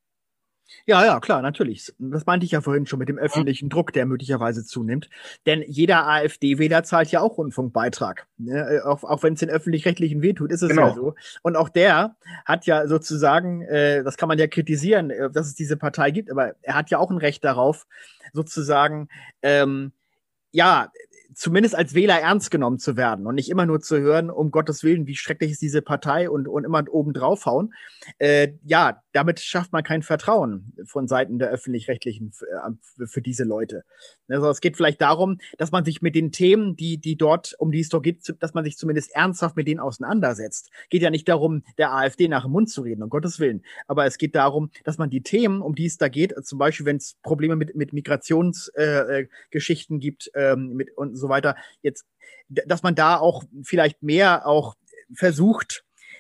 Ja, ja, klar, natürlich. Das meinte ich ja vorhin schon mit dem öffentlichen Druck, der möglicherweise zunimmt. Denn jeder AfD-Wähler zahlt ja auch Rundfunkbeitrag. Ne? Auch, auch wenn es den Öffentlich-Rechtlichen wehtut, ist es genau. ja so. Und auch der hat ja sozusagen, äh, das kann man ja kritisieren, äh, dass es diese Partei gibt, aber er hat ja auch ein Recht darauf, sozusagen, ähm, ja, zumindest als Wähler ernst genommen zu werden und nicht immer nur zu hören, um Gottes Willen, wie schrecklich ist diese Partei und, und immer oben draufhauen. Äh, ja, damit schafft man kein Vertrauen von Seiten der Öffentlich-Rechtlichen für, für diese Leute. Also es geht vielleicht darum, dass man sich mit den Themen, die, die dort, um die es doch geht, dass man sich zumindest ernsthaft mit denen auseinandersetzt. Geht ja nicht darum, der AfD nach dem Mund zu reden, um Gottes Willen. Aber es geht darum, dass man die Themen, um die es da geht, zum Beispiel, wenn es Probleme mit, mit Migrationsgeschichten äh, gibt ähm, mit, und so weiter, jetzt, dass man da auch vielleicht mehr auch versucht,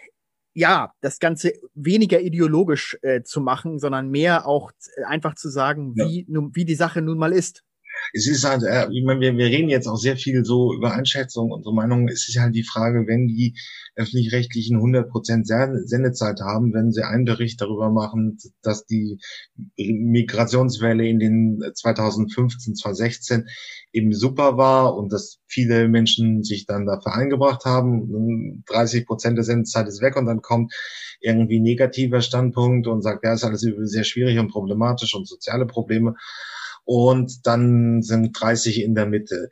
ja, das Ganze weniger ideologisch äh, zu machen, sondern mehr auch einfach zu sagen, wie, ja. nun, wie die Sache nun mal ist. Es ist halt, äh, ich meine, wir, wir reden jetzt auch sehr viel so über Einschätzungen und so Meinungen. Es ist halt die Frage, wenn die Öffentlich-Rechtlichen hundert Prozent Sendezeit haben, wenn sie einen Bericht darüber machen, dass die Migrationswelle in den zweitausendfünfzehn, zweitausendsechzehn eben super war und dass viele Menschen sich dann dafür eingebracht haben, dreißig Prozent der Sendezeit ist weg und dann kommt irgendwie negativer Standpunkt und sagt, ja, ist alles sehr schwierig und problematisch und soziale Probleme. Und dann sind dreißig in der Mitte.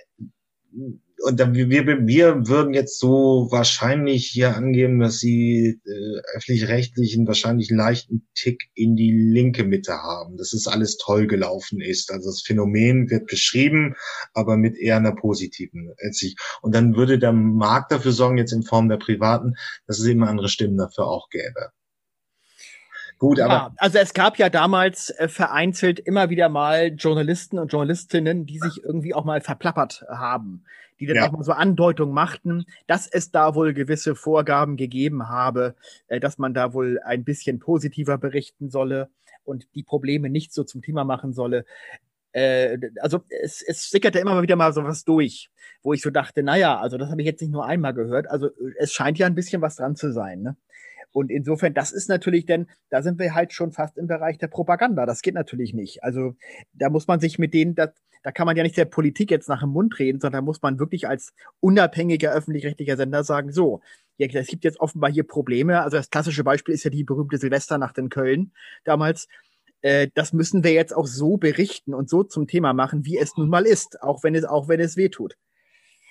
Und dann, wir, wir würden jetzt so wahrscheinlich hier angeben, dass sie äh, öffentlich-rechtlichen wahrscheinlich einen leichten Tick in die linke Mitte haben, dass es alles toll gelaufen ist. Also das Phänomen wird beschrieben, aber mit eher einer positiven Sicht. Und dann würde der Markt dafür sorgen, jetzt in Form der Privaten, dass es eben andere Stimmen dafür auch gäbe. Gut, aber ja, also es gab ja damals äh, vereinzelt immer wieder mal Journalisten und Journalistinnen, die sich irgendwie auch mal verplappert haben, die dann ja. auch mal so Andeutungen machten, dass es da wohl gewisse Vorgaben gegeben habe, äh, dass man da wohl ein bisschen positiver berichten solle und die Probleme nicht so zum Thema machen solle. Äh, also es, es sickerte immer wieder mal sowas durch, wo ich so dachte, naja, also das habe ich jetzt nicht nur einmal gehört, also es scheint ja ein bisschen was dran zu sein, ne? Und insofern, das ist natürlich denn, da sind wir halt schon fast im Bereich der Propaganda. Das geht natürlich nicht. Also da muss man sich mit denen, da, da kann man ja nicht der Politik jetzt nach dem Mund reden, sondern da muss man wirklich als unabhängiger öffentlich-rechtlicher Sender sagen, so, ja, es gibt jetzt offenbar hier Probleme. Also das klassische Beispiel ist ja die berühmte Silvesternacht in Köln damals. Äh, das müssen wir jetzt auch so berichten und so zum Thema machen, wie es nun mal ist, auch wenn es, auch wenn es weh tut.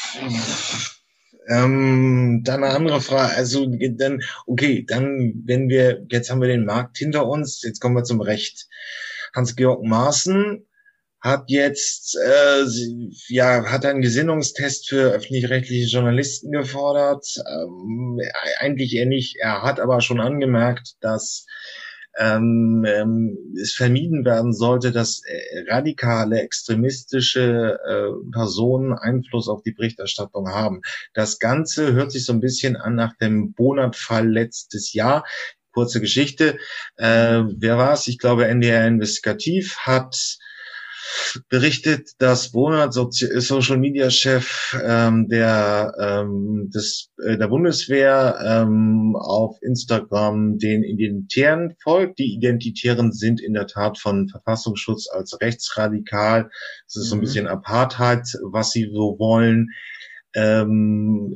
Ähm, dann eine andere Frage, also dann, okay, dann, wenn wir, jetzt haben wir den Markt hinter uns, jetzt kommen wir zum Recht. Hans-Georg Maaßen hat jetzt, äh, ja, hat einen Gesinnungstest für öffentlich-rechtliche Journalisten gefordert. Ähm, eigentlich eher nicht, er hat aber schon angemerkt, dass Ähm, ähm, es vermieden werden sollte, dass äh, radikale, extremistische äh, Personen Einfluss auf die Berichterstattung haben. Das Ganze hört sich so ein bisschen an nach dem Bonat-Fall letztes Jahr. Kurze Geschichte. Äh, wer war es? Ich glaube, N D R Investigativ hat berichtet, dass Bonat, Social Media Chef ähm, der ähm, des äh, der Bundeswehr, ähm, auf Instagram den Identitären folgt. Die Identitären sind in der Tat von Verfassungsschutz als rechtsradikal. Das ist mhm. so ein bisschen Apartheid, was sie so wollen. Ähm,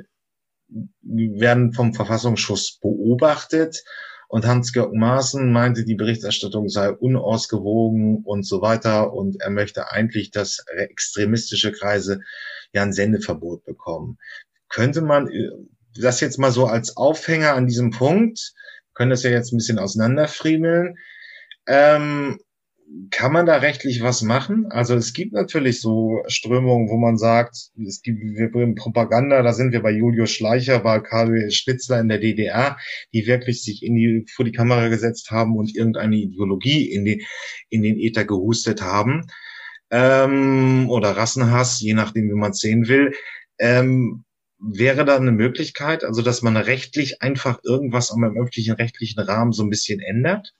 werden vom Verfassungsschutz beobachtet. Und Hans-Georg Maaßen meinte, die Berichterstattung sei unausgewogen und so weiter. Und er möchte eigentlich, dass extremistische Kreise ja ein Sendeverbot bekommen. Könnte man das jetzt mal so als Aufhänger an diesem Punkt, können das ja jetzt ein bisschen auseinanderfriemeln, ähm, kann man da rechtlich was machen? Also es gibt natürlich so Strömungen, wo man sagt, es gibt wir bringen Propaganda, da sind wir bei Julius Schleicher, bei Karl Schnitzler in der D D R, die wirklich sich in die, vor die Kamera gesetzt haben und irgendeine Ideologie in die, in den Äther gehustet haben. Ähm, oder Rassenhass, je nachdem, wie man es sehen will. Ähm, wäre da eine Möglichkeit, also dass man rechtlich einfach irgendwas am öffentlichen rechtlichen Rahmen so ein bisschen ändert?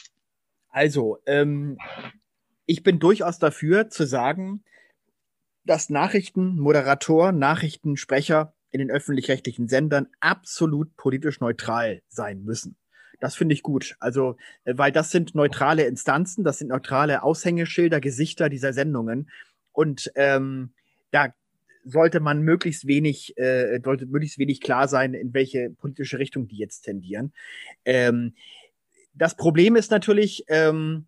Also, ähm, ich bin durchaus dafür zu sagen, dass Nachrichtenmoderatoren, Nachrichtensprecher in den öffentlich-rechtlichen Sendern absolut politisch neutral sein müssen. Das finde ich gut. Also, weil das sind neutrale Instanzen, das sind neutrale Aushängeschilder, Gesichter dieser Sendungen. Und ähm, da sollte man möglichst wenig, äh, sollte möglichst wenig klar sein, in welche politische Richtung die jetzt tendieren. Ähm, Das Problem ist natürlich, ähm,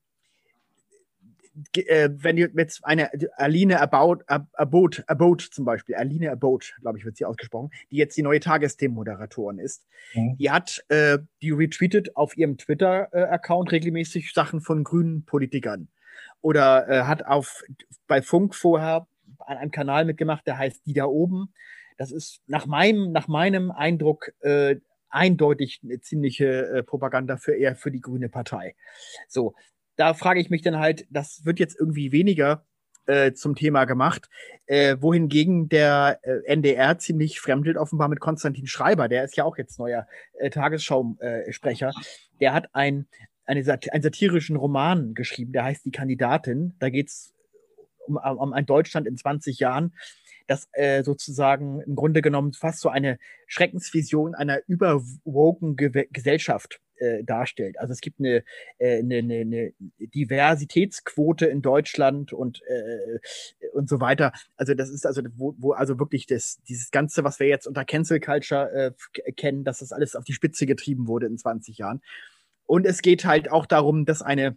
äh, wenn jetzt eine Aline Abode, Abode, Abode zum Beispiel, Aline Abode, glaube ich, wird sie ausgesprochen, die jetzt die neue Tagesthemenmoderatorin ist, mhm. die hat, äh, die retweetet auf ihrem Twitter-Account regelmäßig Sachen von grünen Politikern. Oder äh, hat auf bei Funk vorher an einem Kanal mitgemacht, der heißt Die da oben. Das ist nach meinem, nach meinem Eindruck äh, eindeutig eine ziemliche äh, Propaganda für eher für die Grüne Partei. So, da frage ich mich dann halt, das wird jetzt irgendwie weniger äh, zum Thema gemacht, äh, wohingegen der äh, N D R ziemlich fremdelt offenbar mit Konstantin Schreiber, der ist ja auch jetzt neuer äh, Tagesschau-Sprecher, äh, der hat ein, eine, einen satirischen Roman geschrieben, der heißt Die Kandidatin, da geht's um, um ein Deutschland in zwanzig Jahren, das äh, sozusagen im Grunde genommen fast so eine Schreckensvision einer überwogen Ge- Gesellschaft äh, darstellt. Also es gibt eine, äh, eine, eine, eine Diversitätsquote in Deutschland und äh, und so weiter. Also das ist also wo, wo also wirklich das dieses ganze, was wir jetzt unter Cancel Culture äh, kennen, dass das alles auf die Spitze getrieben wurde in zwanzig Jahren. Und es geht halt auch darum, dass eine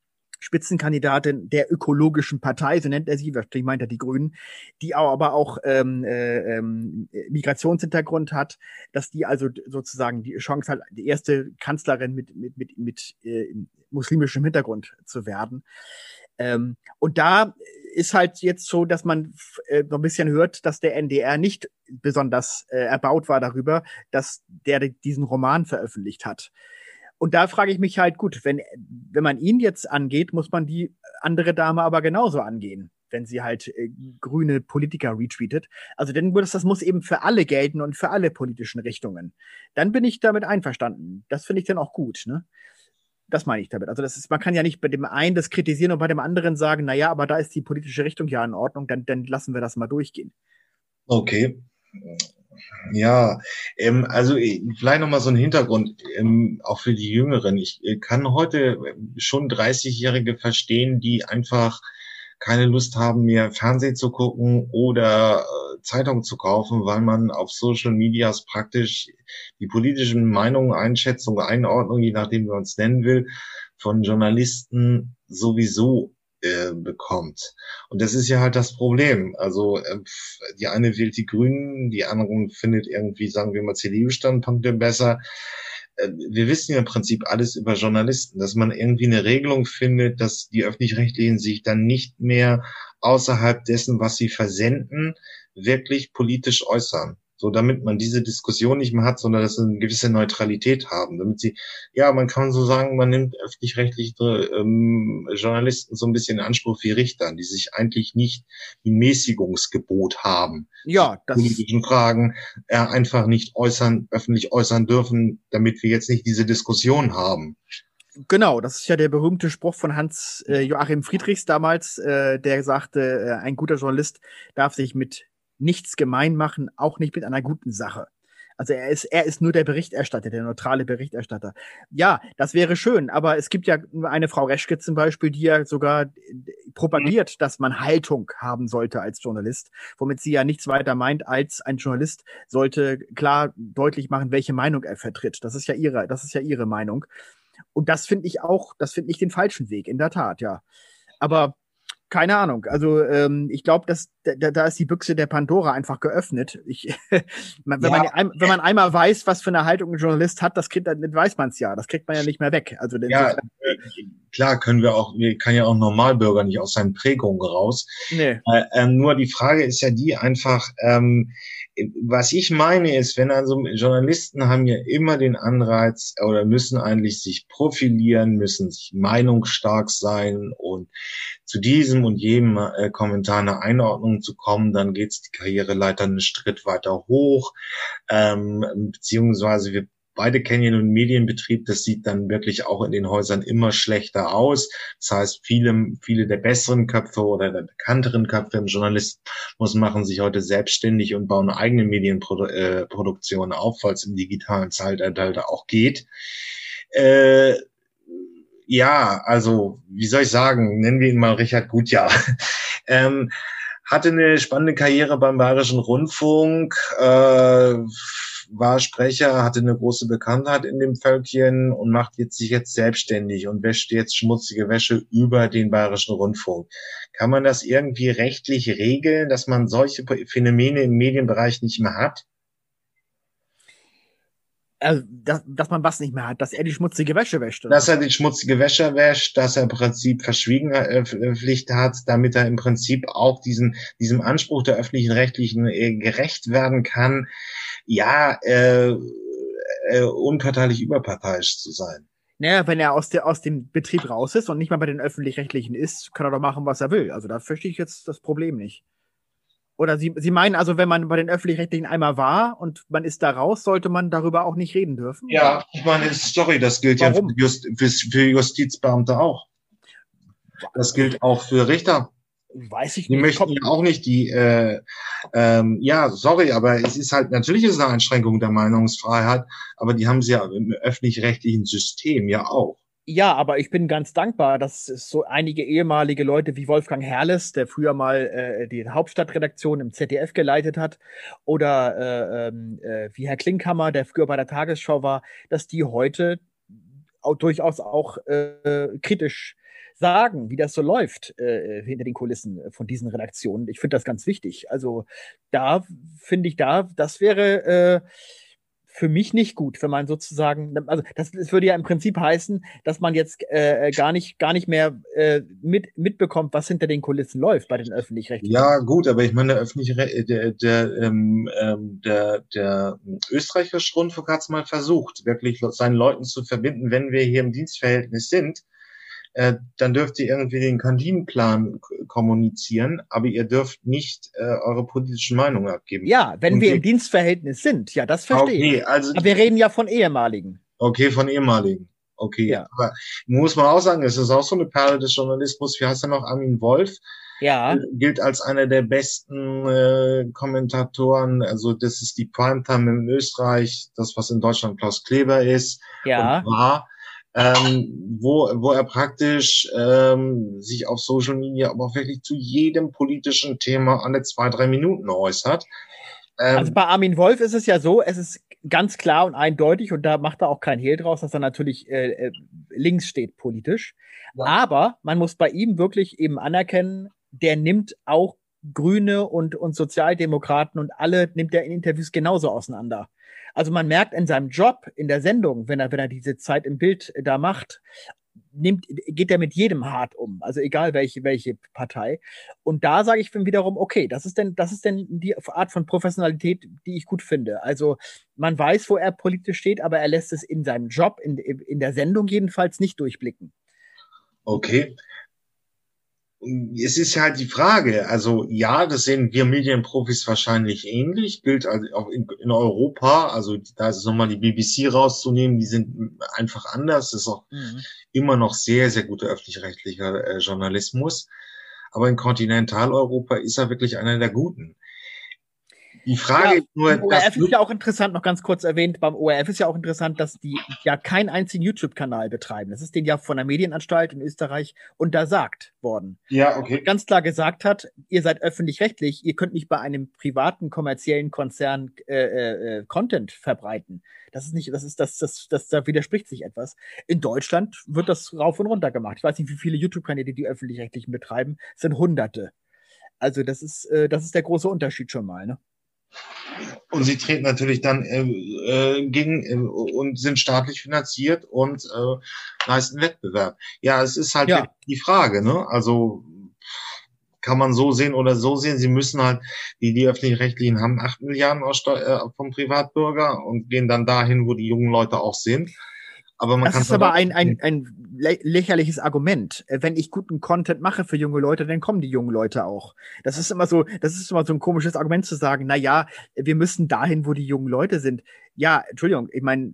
Spitzenkandidatin der ökologischen Partei, so nennt er sie, wahrscheinlich meint er die Grünen, die aber auch ähm, äh, ähm, Migrationshintergrund hat, dass die also sozusagen die Chance hat, die erste Kanzlerin mit mit mit mit äh, muslimischem Hintergrund zu werden. Ähm, und da ist halt jetzt so, dass man äh, so ein bisschen hört, dass der N D R nicht besonders äh, erbaut war darüber, dass der diesen Roman veröffentlicht hat. Und da frage ich mich halt, gut, wenn, wenn man ihn jetzt angeht, muss man die andere Dame aber genauso angehen, wenn sie halt äh, grüne Politiker retweetet. Also denn das, das muss eben für alle gelten und für alle politischen Richtungen. Dann bin ich damit einverstanden. Das finde ich dann auch gut, ne? Das meine ich damit. Also das ist, man kann ja nicht bei dem einen das kritisieren und bei dem anderen sagen, na ja, aber da ist die politische Richtung ja in Ordnung, dann, dann lassen wir das mal durchgehen. Okay. Ja, ähm, also vielleicht nochmal so ein Hintergrund, ähm, auch für die Jüngeren. Ich äh, kann heute schon dreißigjährige verstehen, die einfach keine Lust haben, mehr Fernsehen zu gucken oder äh, Zeitung zu kaufen, weil man auf Social Medias praktisch die politischen Meinungen, Einschätzungen, Einordnungen, je nachdem, wie man es nennen will, von Journalisten sowieso äh, bekommt. Und das ist ja halt das Problem. Also äh, die eine wählt die Grünen, die andere findet irgendwie, sagen wir mal, C D U-Standpunkte besser. Äh, wir wissen ja im Prinzip alles über Journalisten, dass man irgendwie eine Regelung findet, dass die Öffentlich-Rechtlichen sich dann nicht mehr außerhalb dessen, was sie versenden, wirklich politisch äußern. So, damit man diese Diskussion nicht mehr hat, sondern dass sie eine gewisse Neutralität haben, damit sie, ja, man kann so sagen, man nimmt öffentlich-rechtliche ähm, Journalisten so ein bisschen in Anspruch wie Richtern, die sich eigentlich nicht wie ein Mäßigungsgebot haben. Ja, das Politischen Fragen äh, einfach nicht äußern, öffentlich äußern dürfen, damit wir jetzt nicht diese Diskussion haben. Genau, das ist ja der berühmte Spruch von Hans äh, Joachim Friedrichs damals, äh, der sagte, äh, ein guter Journalist darf sich mit nichts gemein machen, auch nicht mit einer guten Sache. Also er ist, er ist nur der Berichterstatter, der neutrale Berichterstatter. Ja, das wäre schön, aber es gibt ja eine Frau Reschke zum Beispiel, die ja sogar propagiert, mhm. dass man Haltung haben sollte als Journalist, womit sie ja nichts weiter meint, als ein Journalist sollte klar deutlich machen, welche Meinung er vertritt. Das ist ja ihre, das ist ja ihre Meinung. Und das finde ich auch, das finde ich den falschen Weg, in der Tat, ja. Aber keine Ahnung. Also ähm, ich glaube, dass da, da ist die Büchse der Pandora einfach geöffnet. Ich, wenn, ja. man, wenn man einmal weiß, was für eine Haltung ein Journalist hat, das kriegt, dann weiß man es ja. Das kriegt man ja nicht mehr weg. Also ja, äh, klar können wir auch, wir kann ja auch Normalbürger nicht aus seinen Prägungen raus. Nee. Äh, äh, nur die Frage ist ja die einfach, ähm, was ich meine ist, wenn also Journalisten haben ja immer den Anreiz oder müssen eigentlich sich profilieren, müssen sich meinungsstark sein und zu diesem und jedem äh, Kommentar eine Einordnung zu kommen, dann geht's die Karriereleiter einen Schritt weiter hoch, ähm, beziehungsweise wir beide kennen ja nun Medienbetrieb, das sieht dann wirklich auch in den Häusern immer schlechter aus. Das heißt, viele, viele der besseren Köpfe oder der bekannteren Köpfe im Journalismus machen sich heute selbstständig und bauen eigene Medienproduktionen auf, weil es im digitalen Zeitalter auch geht. Äh, ja, also, wie soll ich sagen, nennen wir ihn mal Richard Gutjahr. ähm, hatte eine spannende Karriere beim Bayerischen Rundfunk, äh, war Sprecher, hatte eine große Bekanntheit in dem Völkchen und macht jetzt sich jetzt selbstständig und wäscht jetzt schmutzige Wäsche über den Bayerischen Rundfunk. Kann man das irgendwie rechtlich regeln, dass man solche Phänomene im Medienbereich nicht mehr hat? Also, dass, dass man was nicht mehr hat, dass er die schmutzige Wäsche wäscht. Oder? Dass er die schmutzige Wäsche wäscht, dass er im Prinzip Verschwiegenpflicht hat, damit er im Prinzip auch diesen, diesem Anspruch der öffentlichen Rechtlichen äh, gerecht werden kann, ja, äh, äh, unparteilich überparteiisch zu sein. Naja, wenn er aus, der, aus dem Betrieb raus ist und nicht mal bei den Öffentlich-Rechtlichen ist, kann er doch machen, was er will. Also da verstehe ich jetzt das Problem nicht. Oder Sie, Sie meinen also, wenn man bei den Öffentlich-Rechtlichen einmal war und man ist da raus, sollte man darüber auch nicht reden dürfen? Ja, ich meine, sorry, das gilt Warum? ja für, Just, für, für Justizbeamte auch. Das gilt auch für Richter. Weiß ich nicht. Die möchten ja auch nicht die, äh, ähm, ja, sorry, aber es ist halt, natürlich ist es eine Einschränkung der Meinungsfreiheit, aber die haben sie ja im öffentlich-rechtlichen System ja auch. Ja, aber ich bin ganz dankbar, dass es so einige ehemalige Leute wie Wolfgang Herrles, der früher mal äh, die Hauptstadtredaktion im Z D F geleitet hat, oder äh, äh, wie Herr Klinkhammer, der früher bei der Tagesschau war, dass die heute auch durchaus auch äh, kritisch sagen, wie das so läuft äh, hinter den Kulissen von diesen Redaktionen. Ich finde das ganz wichtig. Also da finde ich da, das wäre äh, für mich nicht gut, wenn man sozusagen, also das, das würde ja im Prinzip heißen, dass man jetzt äh, gar nicht gar nicht mehr äh, mit mitbekommt, was hinter den Kulissen läuft bei den Öffentlich-Rechtlichen. Ja, gut, aber ich meine, der öffentliche der der ähm, der der österreichische Rundfunk hat es mal versucht, wirklich seinen Leuten zu verbinden, wenn wir hier im Dienstverhältnis sind. Äh, dann dürft ihr irgendwie den Kantinenplan k- kommunizieren, aber ihr dürft nicht äh, eure politischen Meinungen abgeben. Ja, wenn Und wir im Dienstverhältnis sind, ja, das verstehe okay, ich. Also aber wir reden ja von ehemaligen. Okay, von ehemaligen. Okay, ja. Aber muss man auch sagen, es ist auch so eine Perle des Journalismus. Wie heißt er noch? Armin Wolf. Ja. Äh, gilt als einer der besten äh, Kommentatoren. Also das ist die Primetime in Österreich, das, was in Deutschland Klaus Kleber ist. Ja. Und war. Ähm, wo, wo er praktisch ähm, sich auf Social Media aber auch wirklich zu jedem politischen Thema alle zwei, drei Minuten äußert. Ähm, Also bei Armin Wolf ist es ja so, es ist ganz klar und eindeutig und da macht er auch kein Hehl draus, dass er natürlich äh, äh, links steht politisch. Ja. Aber man muss bei ihm wirklich eben anerkennen, der nimmt auch Grüne und, und Sozialdemokraten und alle nimmt er in Interviews genauso auseinander. Also man merkt in seinem Job, in der Sendung, wenn er, wenn er diese Zeit im Bild da macht, nimmt, geht er mit jedem hart um, also egal welche, welche Partei. Und da sage ich dann wiederum, okay, das ist denn, das ist denn die Art von Professionalität, die ich gut finde. Also man weiß, wo er politisch steht, aber er lässt es in seinem Job, in, in der Sendung jedenfalls nicht durchblicken. Okay. Es ist halt die Frage, also ja, das sehen wir Medienprofis wahrscheinlich ähnlich, gilt also auch in, in Europa, also da ist es nochmal die B B C rauszunehmen, die sind einfach anders, das ist auch mhm. immer noch sehr, sehr guter öffentlich-rechtlicher äh, Journalismus, aber in Kontinentaleuropa ist er wirklich einer der Guten. Die Frage ja, ist nur, beim O R F ist ja auch interessant, noch ganz kurz erwähnt, beim O R F ist ja auch interessant, dass die ja keinen einzigen YouTube-Kanal betreiben. Das ist denen ja von der Medienanstalt in Österreich untersagt worden. Ja, okay. Und ganz klar gesagt hat, ihr seid öffentlich-rechtlich, ihr könnt nicht bei einem privaten kommerziellen Konzern äh, äh, Content verbreiten. Das ist nicht, das ist, das, das, das, da widerspricht sich etwas. In Deutschland wird das rauf und runter gemacht. Ich weiß nicht, wie viele YouTube-Kanäle die öffentlich-rechtlichen betreiben, es sind Hunderte. Also das ist, äh, das ist der große Unterschied schon mal, ne? Und sie treten natürlich dann äh, äh, gegen äh, und sind staatlich finanziert und äh, leisten Wettbewerb. Ja, es ist halt ja. die Frage, ne? Also kann man so sehen oder so sehen. Sie müssen halt, die, die öffentlich-rechtlichen haben acht Milliarden aus Steu- äh, vom Privatbürger und gehen dann dahin, wo die jungen Leute auch sind. Aber man das kann ist aber ein, ein, ein lächerliches Argument. Wenn ich guten Content mache für junge Leute, dann kommen die jungen Leute auch. Das ist immer so, das ist immer so ein komisches Argument zu sagen, na ja, wir müssen dahin, wo die jungen Leute sind. Ja, Entschuldigung, ich meine,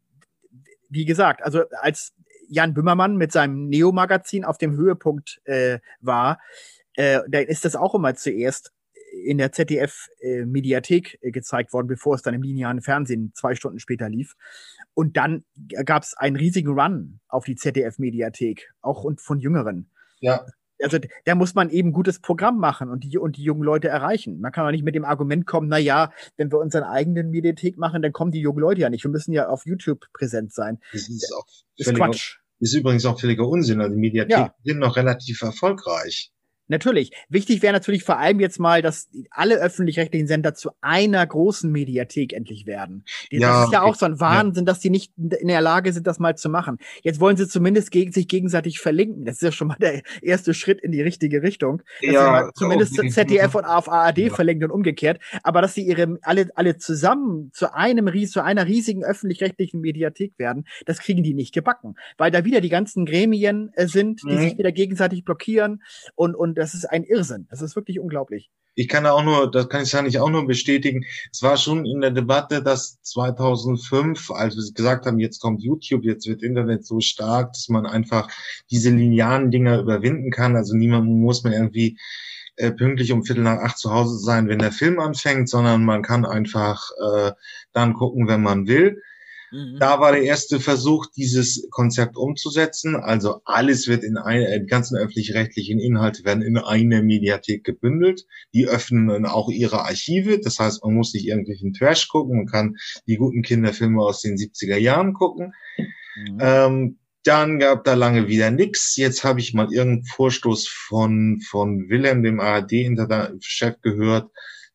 wie gesagt, also als Jan Böhmermann mit seinem Neo-Magazin auf dem Höhepunkt äh, war, äh, dann ist das auch immer zuerst in der Z D F-Mediathek äh, gezeigt worden, bevor es dann im linearen Fernsehen zwei Stunden später lief. Und dann gab es einen riesigen Run auf die Z D F-Mediathek, auch und von Jüngeren. Ja. Also da muss man eben gutes Programm machen und die, und die jungen Leute erreichen. Man kann auch nicht mit dem Argument kommen, na ja, wenn wir unseren eigenen Mediathek machen, dann kommen die jungen Leute ja nicht. Wir müssen ja auf YouTube präsent sein. Das ist auch das ist Quatsch. Ist übrigens auch völliger Unsinn. Also die Mediatheken ja. sind noch relativ erfolgreich. Natürlich. Wichtig wäre natürlich vor allem jetzt mal, dass alle öffentlich-rechtlichen Sender zu einer großen Mediathek endlich werden. Das ja, ist ja auch so ein Wahnsinn, ja. dass die nicht in der Lage sind, das mal zu machen. Jetzt wollen sie zumindest gegen, sich gegenseitig verlinken. Das ist ja schon mal der erste Schritt in die richtige Richtung. Dass ja, sie mal zumindest okay. Z D F und auf A R D ja. verlinken und umgekehrt. Aber dass sie ihre alle alle zusammen zu einem zu einer riesigen öffentlich-rechtlichen Mediathek werden, das kriegen die nicht gebacken. Weil da wieder die ganzen Gremien äh, sind, die mhm. sich wieder gegenseitig blockieren und und das ist ein Irrsinn. Das ist wirklich unglaublich. Ich kann auch nur, das kann ich ja nicht auch nur bestätigen. Es war schon in der Debatte, dass zweitausendfünf, als wir gesagt haben, jetzt kommt YouTube, jetzt wird Internet so stark, dass man einfach diese linearen Dinger überwinden kann. Also niemand muss man irgendwie äh, pünktlich um Viertel nach acht zu Hause sein, wenn der Film anfängt, sondern man kann einfach äh, dann gucken, wenn man will. Da war der erste Versuch, dieses Konzept umzusetzen. Also alles wird in eine, die ganzen öffentlich-rechtlichen Inhalte werden in eine Mediathek gebündelt. Die öffnen dann auch ihre Archive. Das heißt, man muss nicht irgendwelchen Trash gucken. Man kann die guten Kinderfilme aus den siebziger Jahren gucken. Mhm. Ähm, dann gab da lange wieder nix. Jetzt habe ich mal irgendeinen Vorstoß von, von Wilhelm, dem A R D-Chef, gehört,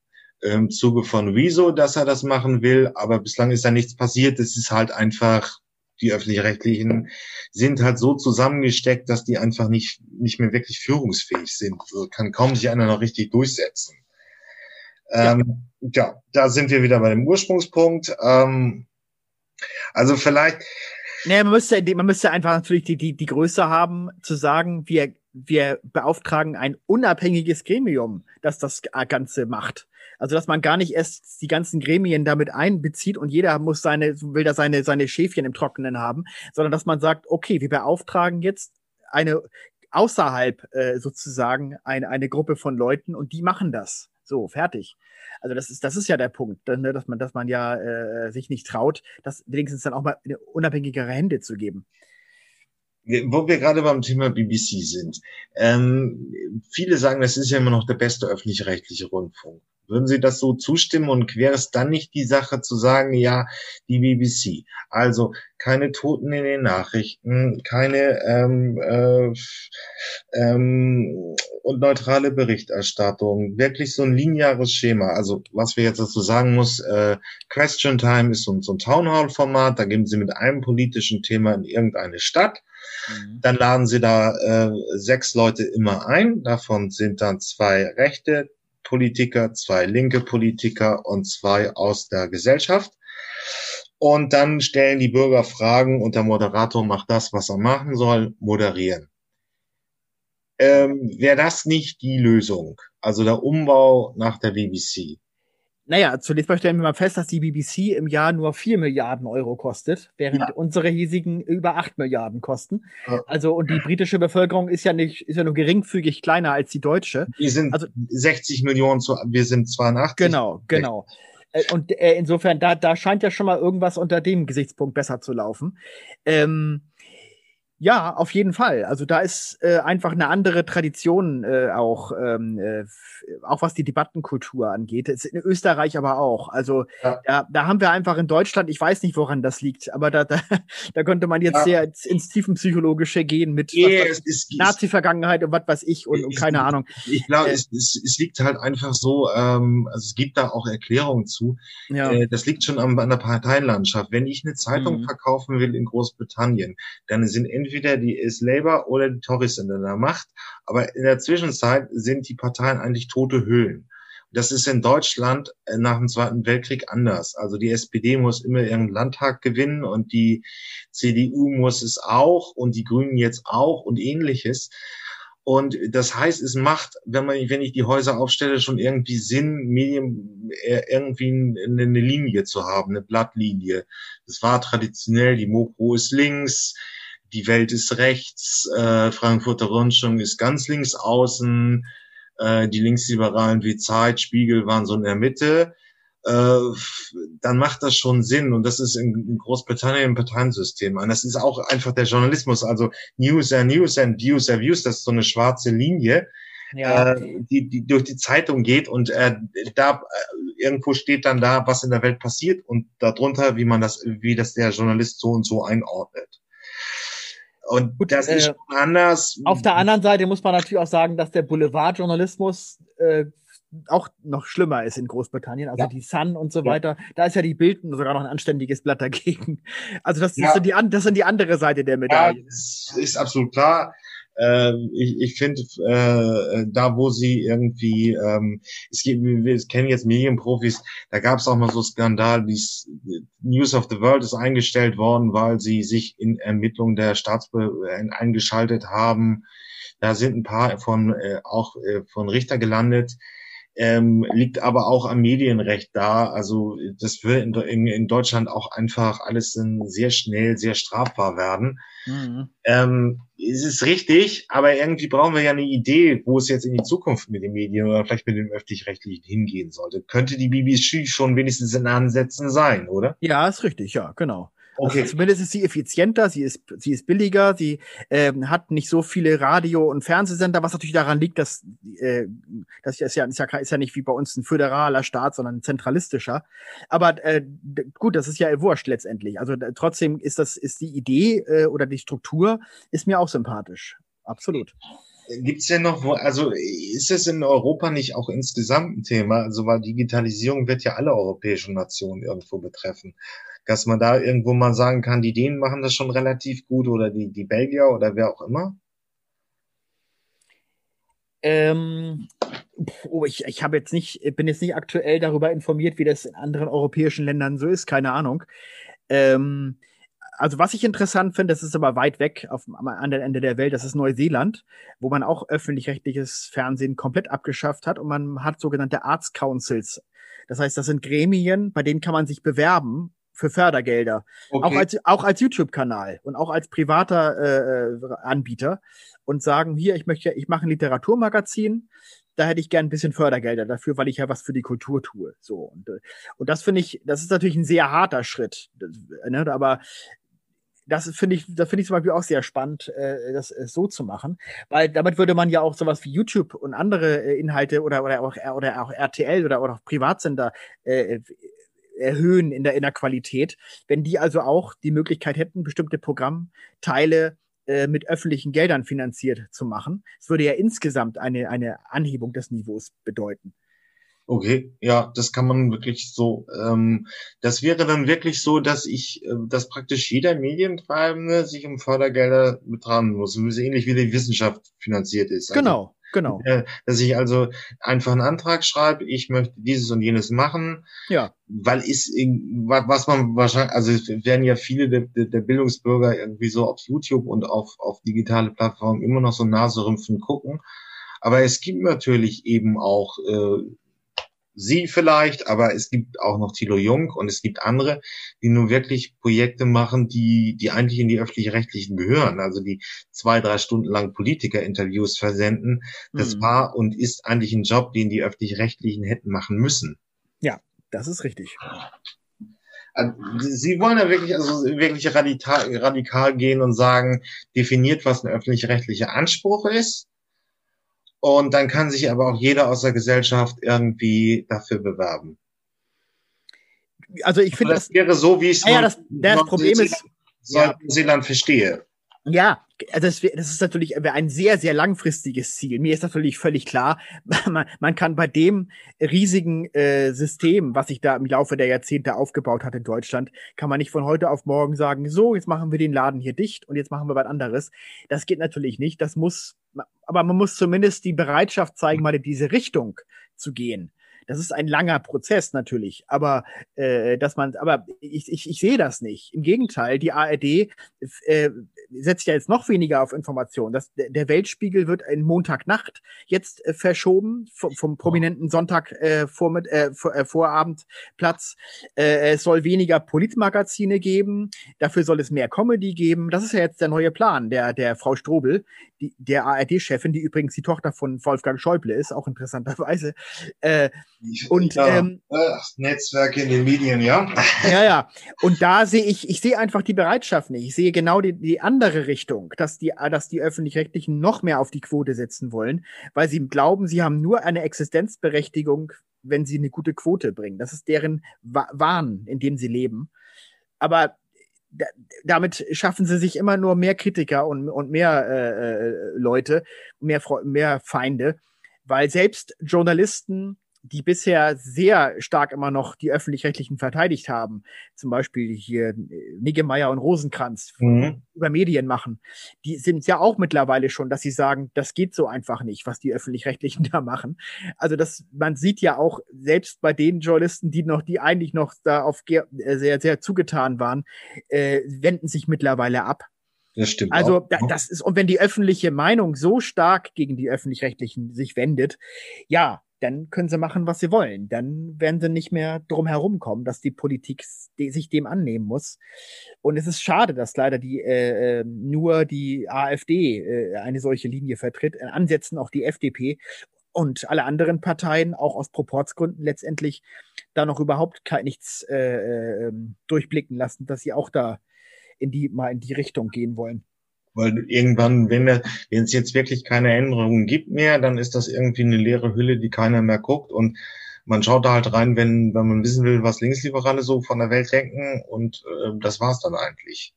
im Zuge von Rezo, dass er das machen will, aber bislang ist da nichts passiert. Es ist halt einfach, die öffentlich-rechtlichen sind halt so zusammengesteckt, dass die einfach nicht nicht mehr wirklich führungsfähig sind. Also kann kaum sich einer noch richtig durchsetzen. Ja. Ähm, ja, da sind wir wieder bei dem Ursprungspunkt. Ähm, also vielleicht... Naja, man müsste, man müsste einfach natürlich die, die, die Größe haben, zu sagen, wir, wir beauftragen ein unabhängiges Gremium, das das Ganze macht. Also, dass man gar nicht erst die ganzen Gremien damit einbezieht und jeder muss seine, will da seine, seine Schäfchen im Trockenen haben, sondern dass man sagt, okay, wir beauftragen jetzt eine, außerhalb, äh, sozusagen, eine, eine Gruppe von Leuten und die machen das. So, fertig. Also das ist, das ist ja der Punkt, ne, dass man, dass man ja äh, sich nicht traut, das wenigstens dann auch mal eine unabhängigere Hände zu geben. Wo wir gerade beim Thema B B C sind. Ähm, viele sagen, das ist ja immer noch der beste öffentlich-rechtliche Rundfunk. Würden Sie das so zustimmen und wäre es dann nicht die Sache zu sagen, ja, die B B C, also keine Toten in den Nachrichten, keine ähm, äh, ähm, und neutrale Berichterstattung, wirklich so ein lineares Schema. Also was wir jetzt dazu sagen muss, äh, Question Time ist so, so ein Townhall-Format, da gehen Sie mit einem politischen Thema in irgendeine Stadt. Mhm. Dann laden Sie da äh, sechs Leute immer ein, davon sind dann zwei rechte Politiker, zwei linke Politiker und zwei aus der Gesellschaft. Und dann stellen die Bürger Fragen und der Moderator macht das, was er machen soll, moderieren. Ähm, wäre das nicht die Lösung? Also der Umbau nach der B B C? Naja, zunächst mal stellen wir mal fest, dass die B B C im Jahr nur vier Milliarden Euro kostet, während ja. unsere hiesigen über acht Milliarden kosten. Ja. Also, und die britische Bevölkerung ist ja nicht, ist ja nur geringfügig kleiner als die deutsche. Wir sind also sechzig Millionen zu, wir sind zweiundachtzig. Genau, genau. Und äh, insofern, da, da scheint ja schon mal irgendwas unter dem Gesichtspunkt besser zu laufen. Ähm, Ja, auf jeden Fall. Also da ist äh, einfach eine andere Tradition äh, auch, ähm, äh, auch was die Debattenkultur angeht. Das ist in Österreich aber auch. Also ja. da, da haben wir einfach in Deutschland, ich weiß nicht, woran das liegt, aber da, da, da könnte man jetzt ja. sehr ins, ins Tiefenpsychologische gehen mit yeah, Nazi-Vergangenheit und was weiß ich und, und keine ist, Ahnung. Ich glaube, äh, es, es, es liegt halt einfach so, ähm, also es gibt da auch Erklärungen zu. Ja. Äh, das liegt schon an, an der Parteienlandschaft. Wenn ich eine Zeitung mhm. verkaufen will in Großbritannien, dann sind entweder die ist Labour oder die Tories in der Macht, aber in der Zwischenzeit sind die Parteien eigentlich tote Höhlen. Das ist in Deutschland nach dem Zweiten Weltkrieg anders. Also die S P D muss immer ihren Landtag gewinnen und die C D U muss es auch und die Grünen jetzt auch und ähnliches. Und das heißt, es macht, wenn man, wenn ich die Häuser aufstelle, schon irgendwie Sinn, Medien irgendwie eine Linie zu haben, eine Blattlinie. Das war traditionell, die Mopo ist links, die Welt ist rechts, äh, Frankfurter Rundschau ist ganz links außen, äh, die Linksliberalen wie Zeit, Spiegel waren so in der Mitte, äh, dann macht das schon Sinn. Und das ist in, in Großbritannien ein Parteiensystem. Und das ist auch einfach der Journalismus, also News are News and Views are Views, das ist so eine schwarze Linie, ja. äh, die, die durch die Zeitung geht und äh, da äh, irgendwo steht dann da, was in der Welt passiert und darunter, wie man das, wie das der Journalist so und so einordnet. Und Gut, das ist äh, schon anders. Auf der anderen Seite muss man natürlich auch sagen, dass der Boulevardjournalismus äh, auch noch schlimmer ist in Großbritannien. Also ja. die Sun und so ja. weiter. Da ist ja die Bild sogar noch ein anständiges Blatt dagegen. Also das, ja. ist, die, das sind die andere Seite der Medaille. Ja, das ist absolut klar. Ähm, ich ich finde, äh, da wo sie irgendwie, ähm, es gibt, wir kennen jetzt Medienprofis, da gab es auch mal so Skandal, die News of the World ist eingestellt worden, weil sie sich in Ermittlungen der Staatsbehörden eingeschaltet haben. Da sind ein paar von äh, auch äh, von Richter gelandet. Ähm, liegt aber auch am Medienrecht da. Also das wird in, in, in Deutschland auch einfach alles sehr schnell sehr strafbar werden. Mhm. Ähm, es ist richtig, aber irgendwie brauchen wir ja eine Idee, wo es jetzt in die Zukunft mit den Medien oder vielleicht mit dem Öffentlich-Rechtlichen hingehen sollte. Könnte die B B C schon wenigstens in Ansätzen sein, oder? Ja, ist richtig, ja, genau. Okay. Also zumindest ist sie effizienter, sie ist, sie ist billiger, sie ähm, hat nicht so viele Radio- und Fernsehsender, was natürlich daran liegt, dass äh, das ist ja, ist ja ist ja nicht wie bei uns ein föderaler Staat, sondern ein zentralistischer. Aber äh, gut, das ist ja wurscht letztendlich. Also äh, trotzdem ist das ist die Idee äh, oder die Struktur ist mir auch sympathisch, absolut. Gibt's denn noch, also ist es in Europa nicht auch insgesamt ein Thema? Also weil Digitalisierung wird ja alle europäischen Nationen irgendwo betreffen. Dass man da irgendwo mal sagen kann, die Dänen machen das schon relativ gut oder die, die Belgier oder wer auch immer? Ähm, oh, ich, ich habe jetzt nicht, bin jetzt nicht aktuell darüber informiert, wie das in anderen europäischen Ländern so ist, keine Ahnung. Ähm, also was ich interessant finde, das ist aber weit weg auf, am anderen Ende der Welt, das ist Neuseeland, wo man auch öffentlich-rechtliches Fernsehen komplett abgeschafft hat und man hat sogenannte Arts Councils. Das heißt, das sind Gremien, bei denen kann man sich bewerben für Fördergelder. Okay. Auch als, auch als YouTube-Kanal und auch als privater äh, Anbieter und sagen, hier, ich möchte, ich mache ein Literaturmagazin, da hätte ich gern ein bisschen Fördergelder dafür, weil ich ja was für die Kultur tue. So. Und, und das finde ich, das ist natürlich ein sehr harter Schritt. Ne? Aber das finde ich, das finde ich zum Beispiel auch sehr spannend, äh, das äh, so zu machen, weil damit würde man ja auch sowas wie YouTube und andere äh, Inhalte oder oder auch oder auch R T L oder oder auch Privatsender äh, erhöhen in der in der Qualität, wenn die also auch die Möglichkeit hätten, bestimmte Programmteile äh, mit öffentlichen Geldern finanziert zu machen. Es würde ja insgesamt eine eine Anhebung des Niveaus bedeuten. Okay, ja, das kann man wirklich so, ähm, das wäre dann wirklich so, dass ich, äh, dass praktisch jeder Medientreibende sich um Fördergelder betragen muss, so ähnlich wie die Wissenschaft finanziert ist. Also, Genau, genau. äh, dass ich also einfach einen Antrag schreibe, ich möchte dieses und jenes machen, Ja. weil ist, was man wahrscheinlich, also es werden ja viele der, der Bildungsbürger irgendwie so auf YouTube und auf, auf digitale Plattformen immer noch so Naserümpfen gucken, aber es gibt natürlich eben auch, äh, Sie vielleicht, aber es gibt auch noch Thilo Jung und es gibt andere, die nur wirklich Projekte machen, die die eigentlich in die öffentlich-rechtlichen gehören, also die zwei, drei Stunden lang Politiker-Interviews versenden. Das Mhm. war und ist eigentlich ein Job, den die öffentlich-rechtlichen hätten machen müssen. Ja, das ist richtig. Sie wollen ja wirklich, also wirklich radikal, radikal gehen und sagen, definiert, was ein öffentlich-rechtlicher Anspruch ist. Und dann kann sich aber auch jeder aus der Gesellschaft irgendwie dafür bewerben. Also ich finde, das, das wäre so, wie ich es ja, das, das Problem ist, Neuseeland ja. verstehe. Ja, also das, das ist natürlich ein sehr, sehr langfristiges Ziel. Mir ist natürlich völlig klar, man, man kann bei dem riesigen äh, System, was sich da im Laufe der Jahrzehnte aufgebaut hat in Deutschland, kann man nicht von heute auf morgen sagen, so, jetzt machen wir den Laden hier dicht und jetzt machen wir was anderes. Das geht natürlich nicht. Das muss, aber man muss zumindest die Bereitschaft zeigen, mal in diese Richtung zu gehen. Das ist ein langer Prozess natürlich, aber äh, dass man, aber ich, ich, ich sehe das nicht. Im Gegenteil, die A R D äh, setzt ja jetzt noch weniger auf Information. Das, der Weltspiegel wird in Montagnacht jetzt äh, verschoben vom, vom prominenten Sonntag äh, vor, äh, vor, äh, Vorabendplatz. Äh, es soll weniger Politmagazine geben, dafür soll es mehr Comedy geben. Das ist ja jetzt der neue Plan der der Frau Strobel, die, der A R D-Chefin, die übrigens die Tochter von Wolfgang Schäuble ist, auch interessanterweise. Äh, Und ja, ähm, Netzwerke in den Medien, ja. Ja, ja. Und da sehe ich, ich sehe einfach die Bereitschaft nicht. Ich sehe genau die, die andere Richtung, dass die, dass die Öffentlich-Rechtlichen noch mehr auf die Quote setzen wollen, weil sie glauben, sie haben nur eine Existenzberechtigung, wenn sie eine gute Quote bringen. Das ist deren Wahn, in dem sie leben. Aber da, damit schaffen sie sich immer nur mehr Kritiker und, und mehr äh, Leute, mehr, mehr Feinde, weil selbst Journalisten, die bisher sehr stark immer noch die Öffentlich-Rechtlichen verteidigt haben, zum Beispiel hier Niggemeier und Rosenkranz mhm. über Medien machen, die sind ja auch mittlerweile schon, dass sie sagen, das geht so einfach nicht, was die Öffentlich-Rechtlichen da machen. Also das, man sieht ja auch, selbst bei den Journalisten, die noch, die eigentlich noch da auf sehr, sehr zugetan waren, äh, wenden sich mittlerweile ab. Das stimmt. Also auch. Da, das ist, und wenn die öffentliche Meinung so stark gegen die Öffentlich-Rechtlichen sich wendet, ja, dann können sie machen, was sie wollen. Dann werden sie nicht mehr drum herum kommen, dass die Politik die sich dem annehmen muss. Und es ist schade, dass leider die äh, nur die AfD äh, eine solche Linie vertritt, in Ansätzen auch die F D P und alle anderen Parteien, auch aus Proporzgründen letztendlich, da noch überhaupt kein, nichts äh, äh, durchblicken lassen, dass sie auch da in die mal in die Richtung gehen wollen. Weil irgendwann, wenn wir, wenn es jetzt wirklich keine Änderungen gibt mehr, dann ist das irgendwie eine leere Hülle, die keiner mehr guckt und man schaut da halt rein, wenn, wenn man wissen will, was Linksliberale so von der Welt denken und äh, das war's dann eigentlich.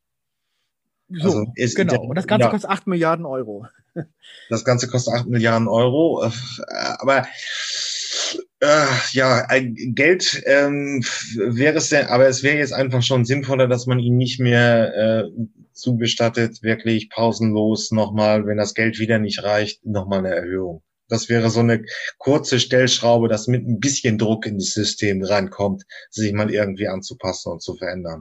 So, also ist, genau. Der, und das Ganze ja, kostet acht Milliarden Euro. Das Ganze kostet acht Milliarden Euro, äh, aber äh, ja, ein Geld ähm, wäre es denn, aber es wäre jetzt einfach schon sinnvoller, dass man ihn nicht mehr äh, zugestattet, wirklich pausenlos nochmal, wenn das Geld wieder nicht reicht, nochmal eine Erhöhung. Das wäre so eine kurze Stellschraube, dass mit ein bisschen Druck in das System reinkommt, sich mal irgendwie anzupassen und zu verändern.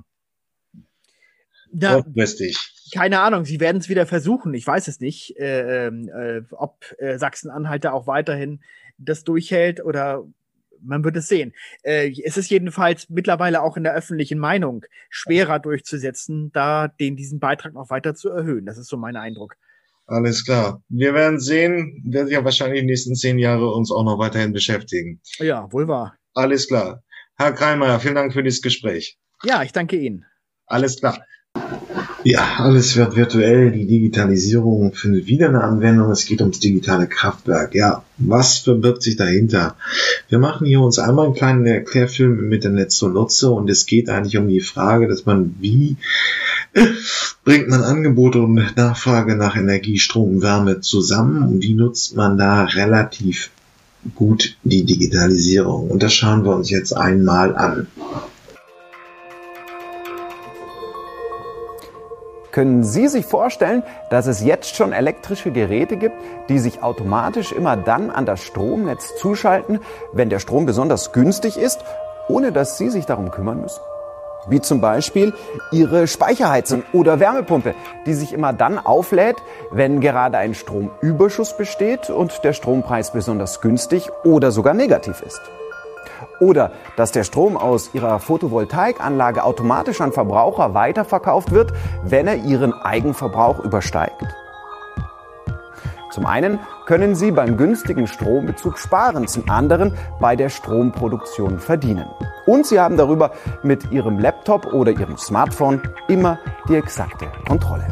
Da, keine Ahnung, sie werden es wieder versuchen, ich weiß es nicht, äh, äh, ob äh, Sachsen-Anhalt da auch weiterhin das durchhält oder man wird es sehen. Äh, es ist jedenfalls mittlerweile auch in der öffentlichen Meinung schwerer durchzusetzen, da den diesen Beitrag noch weiter zu erhöhen. Das ist so mein Eindruck. Alles klar. Wir werden sehen, wird ja wahrscheinlich die nächsten zehn Jahre uns auch noch weiterhin beschäftigen. Ja, wohl wahr. Alles klar. Herr Kreimeier, vielen Dank für dieses Gespräch. Ja, ich danke Ihnen. Alles klar. Ja, alles wird virtuell. Die Digitalisierung findet wieder eine Anwendung. Es geht ums digitale Kraftwerk. Ja, was verbirgt sich dahinter? Wir machen hier uns einmal einen kleinen Erklärfilm mit der Netz und Nutze und es geht eigentlich um die Frage, dass man, wie bringt man Angebote und Nachfrage nach Energie, Strom und Wärme zusammen und wie nutzt man da relativ gut die Digitalisierung? Und das schauen wir uns jetzt einmal an. Können Sie sich vorstellen, dass es jetzt schon elektrische Geräte gibt, die sich automatisch immer dann an das Stromnetz zuschalten, wenn der Strom besonders günstig ist, ohne dass Sie sich darum kümmern müssen? Wie zum Beispiel Ihre Speicherheizung oder Wärmepumpe, die sich immer dann auflädt, wenn gerade ein Stromüberschuss besteht und der Strompreis besonders günstig oder sogar negativ ist. Oder dass der Strom aus Ihrer Photovoltaikanlage automatisch an Verbraucher weiterverkauft wird, wenn er Ihren Eigenverbrauch übersteigt. Zum einen können Sie beim günstigen Strombezug sparen, zum anderen bei der Stromproduktion verdienen. Und Sie haben darüber mit Ihrem Laptop oder Ihrem Smartphone immer die exakte Kontrolle.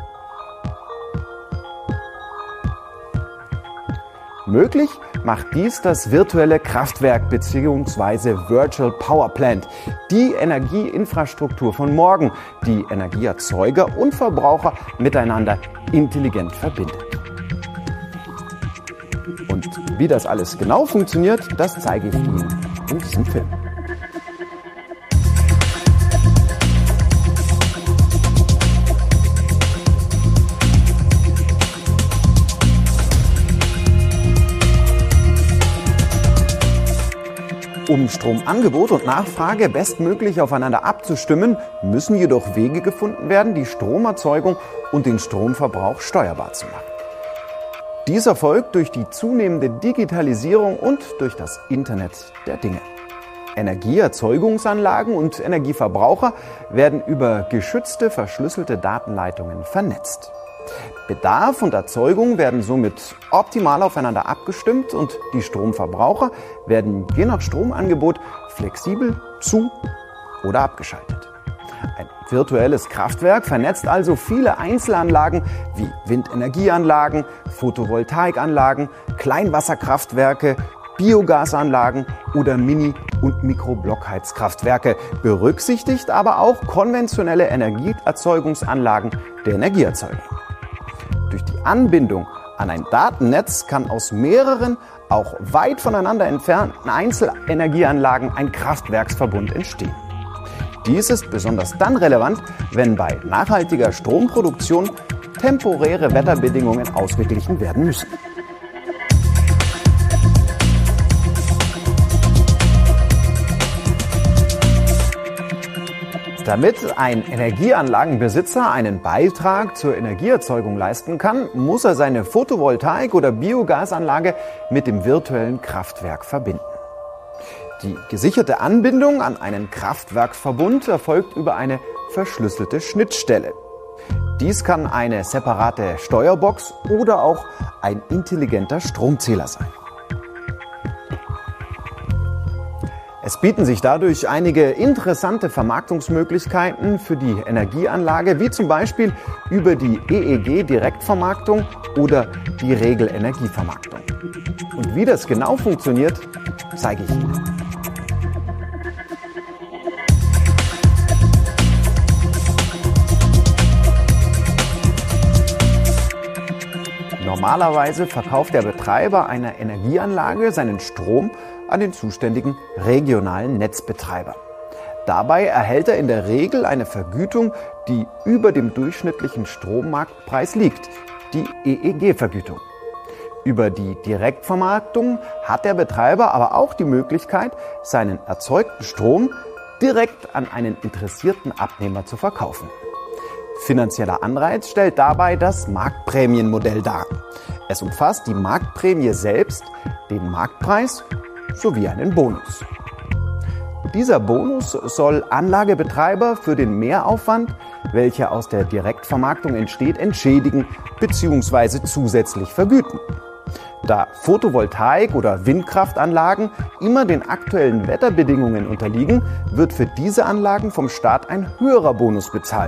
Möglich macht dies das virtuelle Kraftwerk bzw. Virtual Power Plant, die Energieinfrastruktur von morgen, die Energieerzeuger und Verbraucher miteinander intelligent verbindet. Und wie das alles genau funktioniert, das zeige ich Ihnen in diesem Film. Um Stromangebot und Nachfrage bestmöglich aufeinander abzustimmen, müssen jedoch Wege gefunden werden, die Stromerzeugung und den Stromverbrauch steuerbar zu machen. Dies erfolgt durch die zunehmende Digitalisierung und durch das Internet der Dinge. Energieerzeugungsanlagen und Energieverbraucher werden über geschützte, verschlüsselte Datenleitungen vernetzt. Bedarf und Erzeugung werden somit optimal aufeinander abgestimmt und die Stromverbraucher werden je nach Stromangebot flexibel zu- oder abgeschaltet. Ein virtuelles Kraftwerk vernetzt also viele Einzelanlagen wie Windenergieanlagen, Photovoltaikanlagen, Kleinwasserkraftwerke, Biogasanlagen oder Mini- und Mikroblockheizkraftwerke, berücksichtigt aber auch konventionelle Energieerzeugungsanlagen der Energieerzeuger. Durch die Anbindung an ein Datennetz kann aus mehreren, auch weit voneinander entfernten Einzelenergieanlagen ein Kraftwerksverbund entstehen. Dies ist besonders dann relevant, wenn bei nachhaltiger Stromproduktion temporäre Wetterbedingungen ausgeglichen werden müssen. Damit ein Energieanlagenbesitzer einen Beitrag zur Energieerzeugung leisten kann, muss er seine Photovoltaik- oder Biogasanlage mit dem virtuellen Kraftwerk verbinden. Die gesicherte Anbindung an einen Kraftwerksverbund erfolgt über eine verschlüsselte Schnittstelle. Dies kann eine separate Steuerbox oder auch ein intelligenter Stromzähler sein. Es bieten sich dadurch einige interessante Vermarktungsmöglichkeiten für die Energieanlage, wie zum Beispiel über die E E G-Direktvermarktung oder die Regelenergievermarktung. Und wie das genau funktioniert, zeige ich Ihnen. Normalerweise verkauft der Betreiber einer Energieanlage seinen Strom an den zuständigen regionalen Netzbetreiber. Dabei erhält er in der Regel eine Vergütung, die über dem durchschnittlichen Strommarktpreis liegt, die E E G-Vergütung. Über die Direktvermarktung hat der Betreiber aber auch die Möglichkeit, seinen erzeugten Strom direkt an einen interessierten Abnehmer zu verkaufen. Finanzieller Anreiz stellt dabei das Marktprämienmodell dar. Es umfasst die Marktprämie selbst, den Marktpreis sowie einen Bonus. Dieser Bonus soll Anlagebetreiber für den Mehraufwand, welcher aus der Direktvermarktung entsteht, entschädigen bzw. zusätzlich vergüten. Da Photovoltaik- oder Windkraftanlagen immer den aktuellen Wetterbedingungen unterliegen, wird für diese Anlagen vom Staat ein höherer Bonus bezahlt,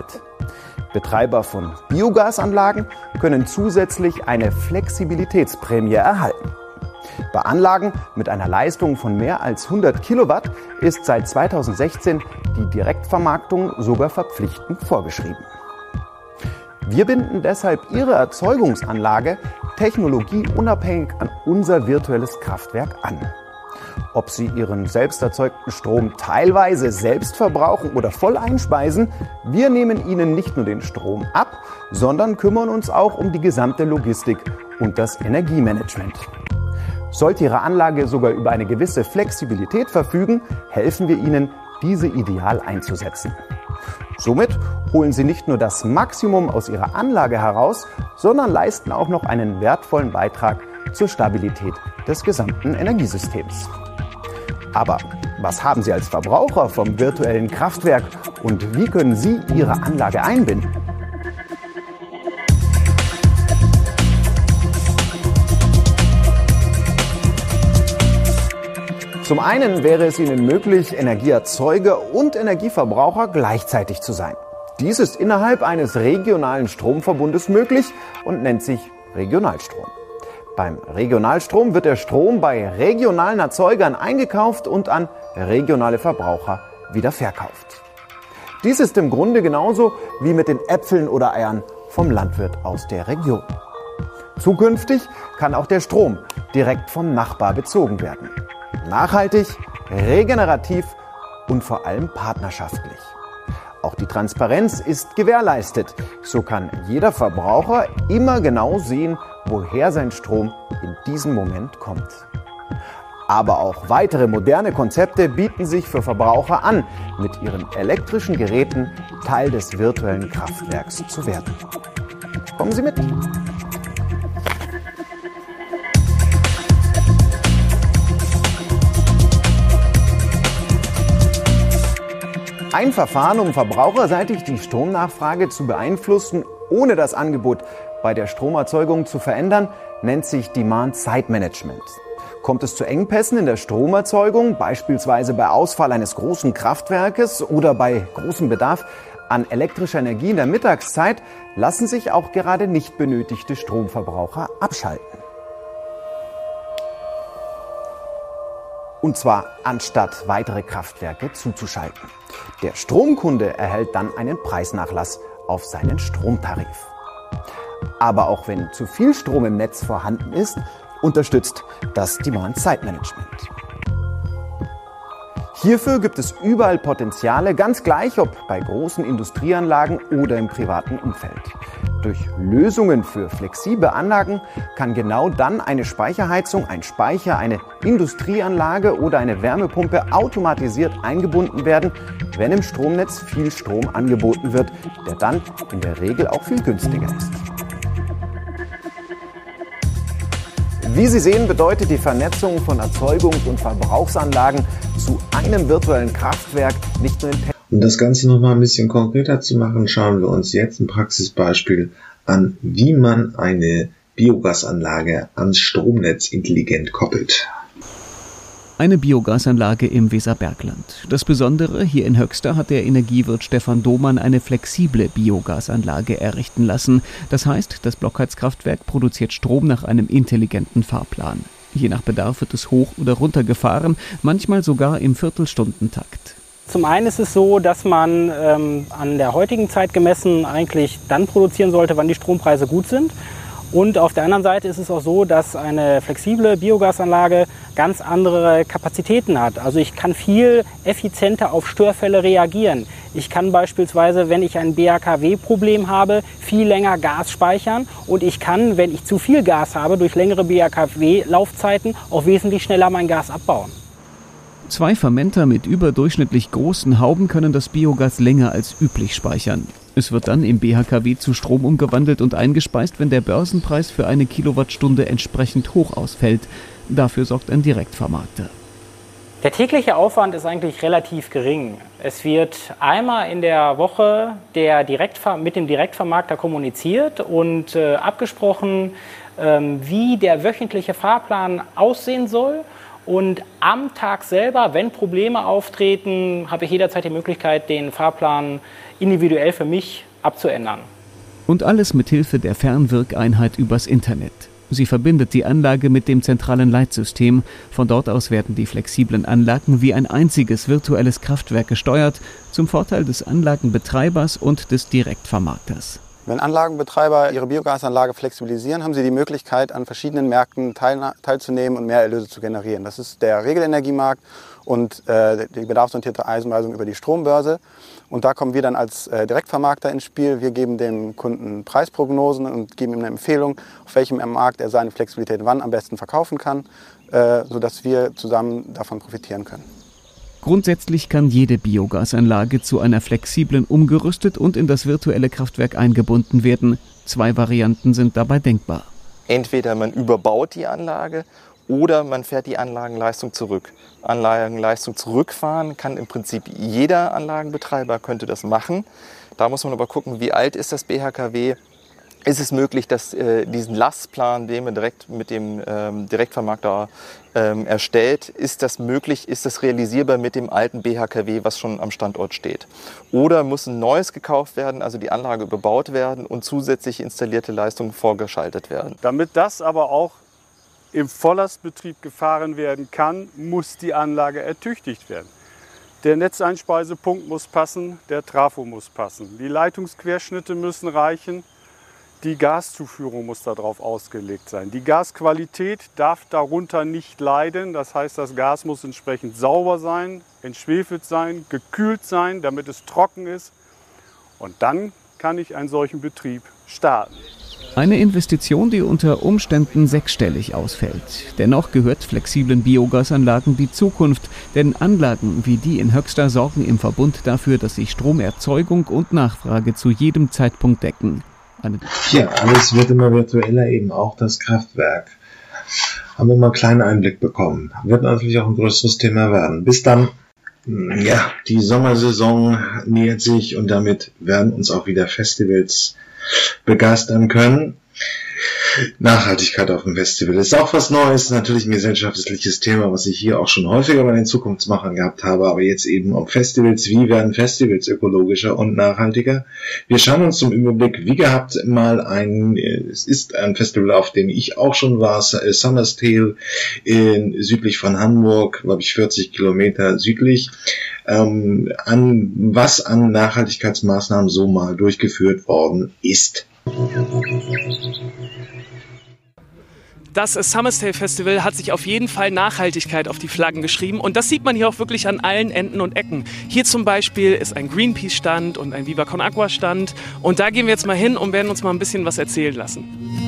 Betreiber von Biogasanlagen können zusätzlich eine Flexibilitätsprämie erhalten. Bei Anlagen mit einer Leistung von mehr als hundert Kilowatt ist seit zweitausendsechzehn die Direktvermarktung sogar verpflichtend vorgeschrieben. Wir binden deshalb Ihre Erzeugungsanlage technologieunabhängig an unser virtuelles Kraftwerk an. Ob Sie Ihren selbst erzeugten Strom teilweise selbst verbrauchen oder voll einspeisen, wir nehmen Ihnen nicht nur den Strom ab, sondern kümmern uns auch um die gesamte Logistik und das Energiemanagement. Sollte Ihre Anlage sogar über eine gewisse Flexibilität verfügen, helfen wir Ihnen, diese ideal einzusetzen. Somit holen Sie nicht nur das Maximum aus Ihrer Anlage heraus, sondern leisten auch noch einen wertvollen Beitrag zur Stabilität des gesamten Energiesystems. Aber was haben Sie als Verbraucher vom virtuellen Kraftwerk und wie können Sie Ihre Anlage einbinden? Zum einen wäre es Ihnen möglich, Energieerzeuger und Energieverbraucher gleichzeitig zu sein. Dies ist innerhalb eines regionalen Stromverbundes möglich und nennt sich Regionalstrom. Beim Regionalstrom wird der Strom bei regionalen Erzeugern eingekauft und an regionale Verbraucher wieder verkauft. Dies ist im Grunde genauso wie mit den Äpfeln oder Eiern vom Landwirt aus der Region. Zukünftig kann auch der Strom direkt vom Nachbar bezogen werden. Nachhaltig, regenerativ und vor allem partnerschaftlich. Auch die Transparenz ist gewährleistet. So kann jeder Verbraucher immer genau sehen, woher sein Strom in diesem Moment kommt. Aber auch weitere moderne Konzepte bieten sich für Verbraucher an, mit ihren elektrischen Geräten Teil des virtuellen Kraftwerks zu werden. Kommen Sie mit! Ein Verfahren, um verbraucherseitig die Stromnachfrage zu beeinflussen, ohne das Angebot bei der Stromerzeugung zu verändern, nennt sich Demand-Side-Management. Kommt es zu Engpässen in der Stromerzeugung, beispielsweise bei Ausfall eines großen Kraftwerkes oder bei großem Bedarf an elektrischer Energie in der Mittagszeit, lassen sich auch gerade nicht benötigte Stromverbraucher abschalten. Und zwar anstatt weitere Kraftwerke zuzuschalten. Der Stromkunde erhält dann einen Preisnachlass auf seinen Stromtarif. Aber auch wenn zu viel Strom im Netz vorhanden ist, unterstützt das Demand-Side-Management. Hierfür gibt es überall Potenziale, ganz gleich ob bei großen Industrieanlagen oder im privaten Umfeld. Durch Lösungen für flexible Anlagen kann genau dann eine Speicherheizung, ein Speicher, eine Industrieanlage oder eine Wärmepumpe automatisiert eingebunden werden, wenn im Stromnetz viel Strom angeboten wird, der dann in der Regel auch viel günstiger ist. Wie Sie sehen, bedeutet die Vernetzung von Erzeugungs- und Verbrauchsanlagen zu einem virtuellen Kraftwerk nicht nur in Pe- Um das Ganze nochmal ein bisschen konkreter zu machen, schauen wir uns jetzt ein Praxisbeispiel an, wie man eine Biogasanlage ans Stromnetz intelligent koppelt. Eine Biogasanlage im Weserbergland. Das Besondere, hier in Höxter hat der Energiewirt Stefan Domann eine flexible Biogasanlage errichten lassen. Das heißt, das Blockheizkraftwerk produziert Strom nach einem intelligenten Fahrplan. Je nach Bedarf wird es hoch oder runter gefahren, manchmal sogar im Viertelstundentakt. Zum einen ist es so, dass man ähm, an der heutigen Zeit gemessen eigentlich dann produzieren sollte, wann die Strompreise gut sind. Und auf der anderen Seite ist es auch so, dass eine flexible Biogasanlage ganz andere Kapazitäten hat. Also ich kann viel effizienter auf Störfälle reagieren. Ich kann beispielsweise, wenn ich ein B A K W-Problem habe, viel länger Gas speichern. Und ich kann, wenn ich zu viel Gas habe, durch längere B A K W-Laufzeiten auch wesentlich schneller mein Gas abbauen. Zwei Fermenter mit überdurchschnittlich großen Hauben können das Biogas länger als üblich speichern. Es wird dann im B H K W zu Strom umgewandelt und eingespeist, wenn der Börsenpreis für eine Kilowattstunde entsprechend hoch ausfällt. Dafür sorgt ein Direktvermarkter. Der tägliche Aufwand ist eigentlich relativ gering. Es wird einmal in der Woche der Direktver- mit dem Direktvermarkter kommuniziert und äh, abgesprochen, ähm, wie der wöchentliche Fahrplan aussehen soll. Und am Tag selber, wenn Probleme auftreten, habe ich jederzeit die Möglichkeit, den Fahrplan individuell für mich abzuändern. Und alles mit Hilfe der Fernwirkeinheit übers Internet. Sie verbindet die Anlage mit dem zentralen Leitsystem. Von dort aus werden die flexiblen Anlagen wie ein einziges virtuelles Kraftwerk gesteuert, zum Vorteil des Anlagenbetreibers und des Direktvermarkters. Wenn Anlagenbetreiber ihre Biogasanlage flexibilisieren, haben sie die Möglichkeit, an verschiedenen Märkten teil, teilzunehmen und mehr Erlöse zu generieren. Das ist der Regelenergiemarkt und äh, die bedarfsorientierte Einweisung über die Strombörse. Und da kommen wir dann als äh, Direktvermarkter ins Spiel. Wir geben dem Kunden Preisprognosen und geben ihm eine Empfehlung, auf welchem Markt er seine Flexibilität wann am besten verkaufen kann, äh, sodass wir zusammen davon profitieren können. Grundsätzlich kann jede Biogasanlage zu einer flexiblen umgerüstet und in das virtuelle Kraftwerk eingebunden werden. Zwei Varianten sind dabei denkbar. Entweder man überbaut die Anlage oder man fährt die Anlagenleistung zurück. Anlagenleistung zurückfahren kann im Prinzip jeder Anlagenbetreiber, könnte das machen. Da muss man aber gucken, wie alt ist das B H K W. Ist es möglich, dass äh, diesen Lastplan, den man direkt mit dem ähm, Direktvermarkter ähm, erstellt, ist das möglich, ist das realisierbar mit dem alten B H K W, was schon am Standort steht? Oder muss ein neues gekauft werden, also die Anlage überbaut werden und zusätzlich installierte Leistungen vorgeschaltet werden? Damit das aber auch im Volllastbetrieb gefahren werden kann, muss die Anlage ertüchtigt werden. Der Netzeinspeisepunkt muss passen, der Trafo muss passen, die Leitungsquerschnitte müssen reichen. Die Gaszuführung muss darauf ausgelegt sein. Die Gasqualität darf darunter nicht leiden. Das heißt, das Gas muss entsprechend sauber sein, entschwefelt sein, gekühlt sein, damit es trocken ist. Und dann kann ich einen solchen Betrieb starten. Eine Investition, die unter Umständen sechsstellig ausfällt. Dennoch gehört flexiblen Biogasanlagen die Zukunft, denn Anlagen wie die in Höxter sorgen im Verbund dafür, dass sich Stromerzeugung und Nachfrage zu jedem Zeitpunkt decken. Eine ja, alles wird immer virtueller, eben auch das Kraftwerk. Haben wir mal einen kleinen Einblick bekommen. Wird natürlich auch ein größeres Thema werden. Bis dann. Ja, die Sommersaison nähert sich und damit werden uns auch wieder Festivals begeistern können. Nachhaltigkeit auf dem Festival ist auch was Neues, natürlich ein gesellschaftliches Thema, was ich hier auch schon häufiger bei den Zukunftsmachern gehabt habe, aber jetzt eben um Festivals. Wie werden Festivals ökologischer und nachhaltiger? Wir schauen uns zum Überblick, wie gehabt, mal ein, es ist ein Festival, auf dem ich auch schon war, Summer's Tale, in, südlich von Hamburg, glaube ich vierzig Kilometer südlich, ähm, an was an Nachhaltigkeitsmaßnahmen so mal durchgeführt worden ist. Das Summer's Tale Festival hat sich auf jeden Fall Nachhaltigkeit auf die Flaggen geschrieben und das sieht man hier auch wirklich an allen Enden und Ecken. Hier zum Beispiel ist ein Greenpeace-Stand und ein Viva Con Agua-Stand und da gehen wir jetzt mal hin und werden uns mal ein bisschen was erzählen lassen.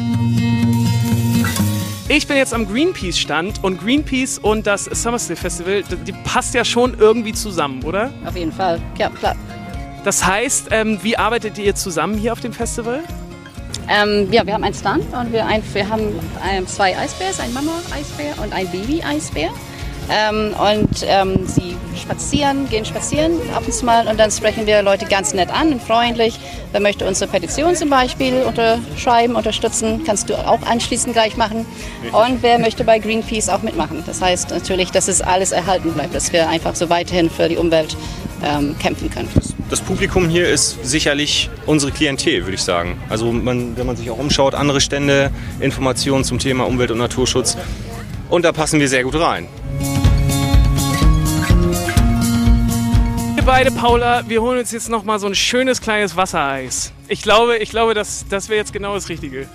Ich bin jetzt am Greenpeace-Stand und Greenpeace und das Summer's Tale Festival, die passt ja schon irgendwie zusammen, oder? Auf jeden Fall, ja klar. Das heißt, ähm, wie arbeitet ihr zusammen hier auf dem Festival? Ähm, ja, wir haben einen Stand und wir, ein, wir haben ein, zwei Eisbären, ein Mama-Eisbär und ein Baby-Eisbär. Ähm, und ähm, sie spazieren, gehen spazieren ab und zu mal und dann sprechen wir Leute ganz nett an und freundlich. Wer möchte unsere Petition zum Beispiel unterschreiben, unterstützen, kannst du auch anschließend gleich machen. Und wer möchte bei Greenpeace auch mitmachen. Das heißt natürlich, dass es alles erhalten bleibt, dass wir einfach so weiterhin für die Umwelt ähm, kämpfen können. Das Publikum hier ist sicherlich unsere Klientel, würde ich sagen. Also man, wenn man sich auch umschaut, andere Stände, Informationen zum Thema Umwelt- und Naturschutz. Und da passen wir sehr gut rein. Wir beide, Paula, wir holen uns jetzt noch mal so ein schönes kleines Wassereis. Ich glaube, ich glaube, das, das wäre jetzt genau das Richtige.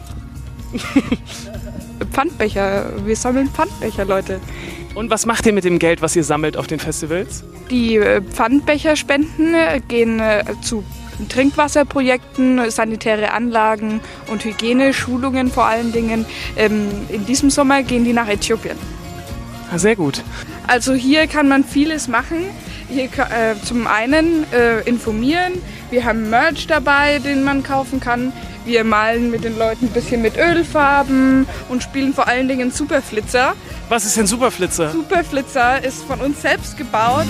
Pfandbecher, wir sammeln Pfandbecher, Leute. Und was macht ihr mit dem Geld, was ihr sammelt auf den Festivals? Die äh, Pfandbecherspenden äh, gehen äh, zu Trinkwasserprojekten, sanitäre Anlagen und Hygieneschulungen vor allen Dingen. Ähm, in diesem Sommer gehen die nach Äthiopien. Ah, sehr gut. Also hier kann man vieles machen. Hier äh, zum einen äh, informieren. Wir haben Merch dabei, den man kaufen kann. Wir malen mit den Leuten ein bisschen mit Ölfarben und spielen vor allen Dingen Superflitzer. Was ist denn Superflitzer? Superflitzer ist von uns selbst gebaut.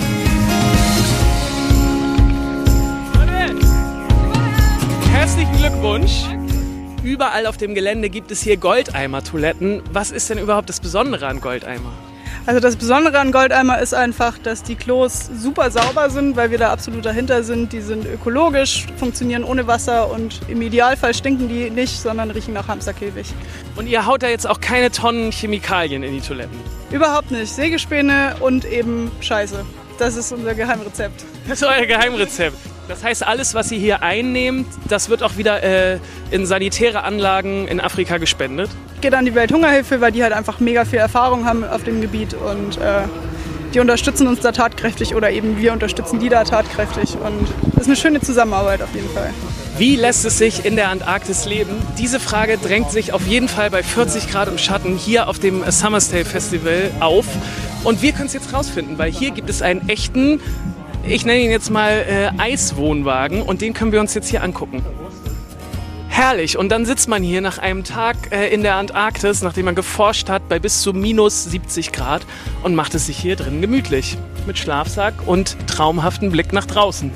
Herzlichen Glückwunsch! Überall auf dem Gelände gibt es hier Goldeimer-Toiletten. Was ist denn überhaupt das Besondere an Goldeimer? Also das Besondere an Goldeimer ist einfach, dass die Klos super sauber sind, weil wir da absolut dahinter sind. Die sind ökologisch, funktionieren ohne Wasser und im Idealfall stinken die nicht, sondern riechen nach Hamsterkäfig. Und ihr haut da jetzt auch keine Tonnen Chemikalien in die Toiletten? Überhaupt nicht. Sägespäne und eben Scheiße. Das ist unser Geheimrezept. Das ist euer Geheimrezept. Das heißt, alles, was ihr hier einnehmt, das wird auch wieder äh, in sanitäre Anlagen in Afrika gespendet? Geht an die Welthungerhilfe, weil die halt einfach mega viel Erfahrung haben auf dem Gebiet und äh, die unterstützen uns da tatkräftig oder eben wir unterstützen die da tatkräftig und das ist eine schöne Zusammenarbeit auf jeden Fall. Wie lässt es sich in der Antarktis leben? Diese Frage drängt sich auf jeden Fall bei vierzig Grad im Schatten hier auf dem Summerstay Festival auf und wir können es jetzt rausfinden, weil hier gibt es einen echten, ich nenne ihn jetzt mal äh, Eiswohnwagen und den können wir uns jetzt hier angucken. Herrlich. Und dann sitzt man hier nach einem Tag äh, in der Antarktis, nachdem man geforscht hat, bei bis zu minus siebzig Grad und macht es sich hier drin gemütlich. Mit Schlafsack und traumhaften Blick nach draußen.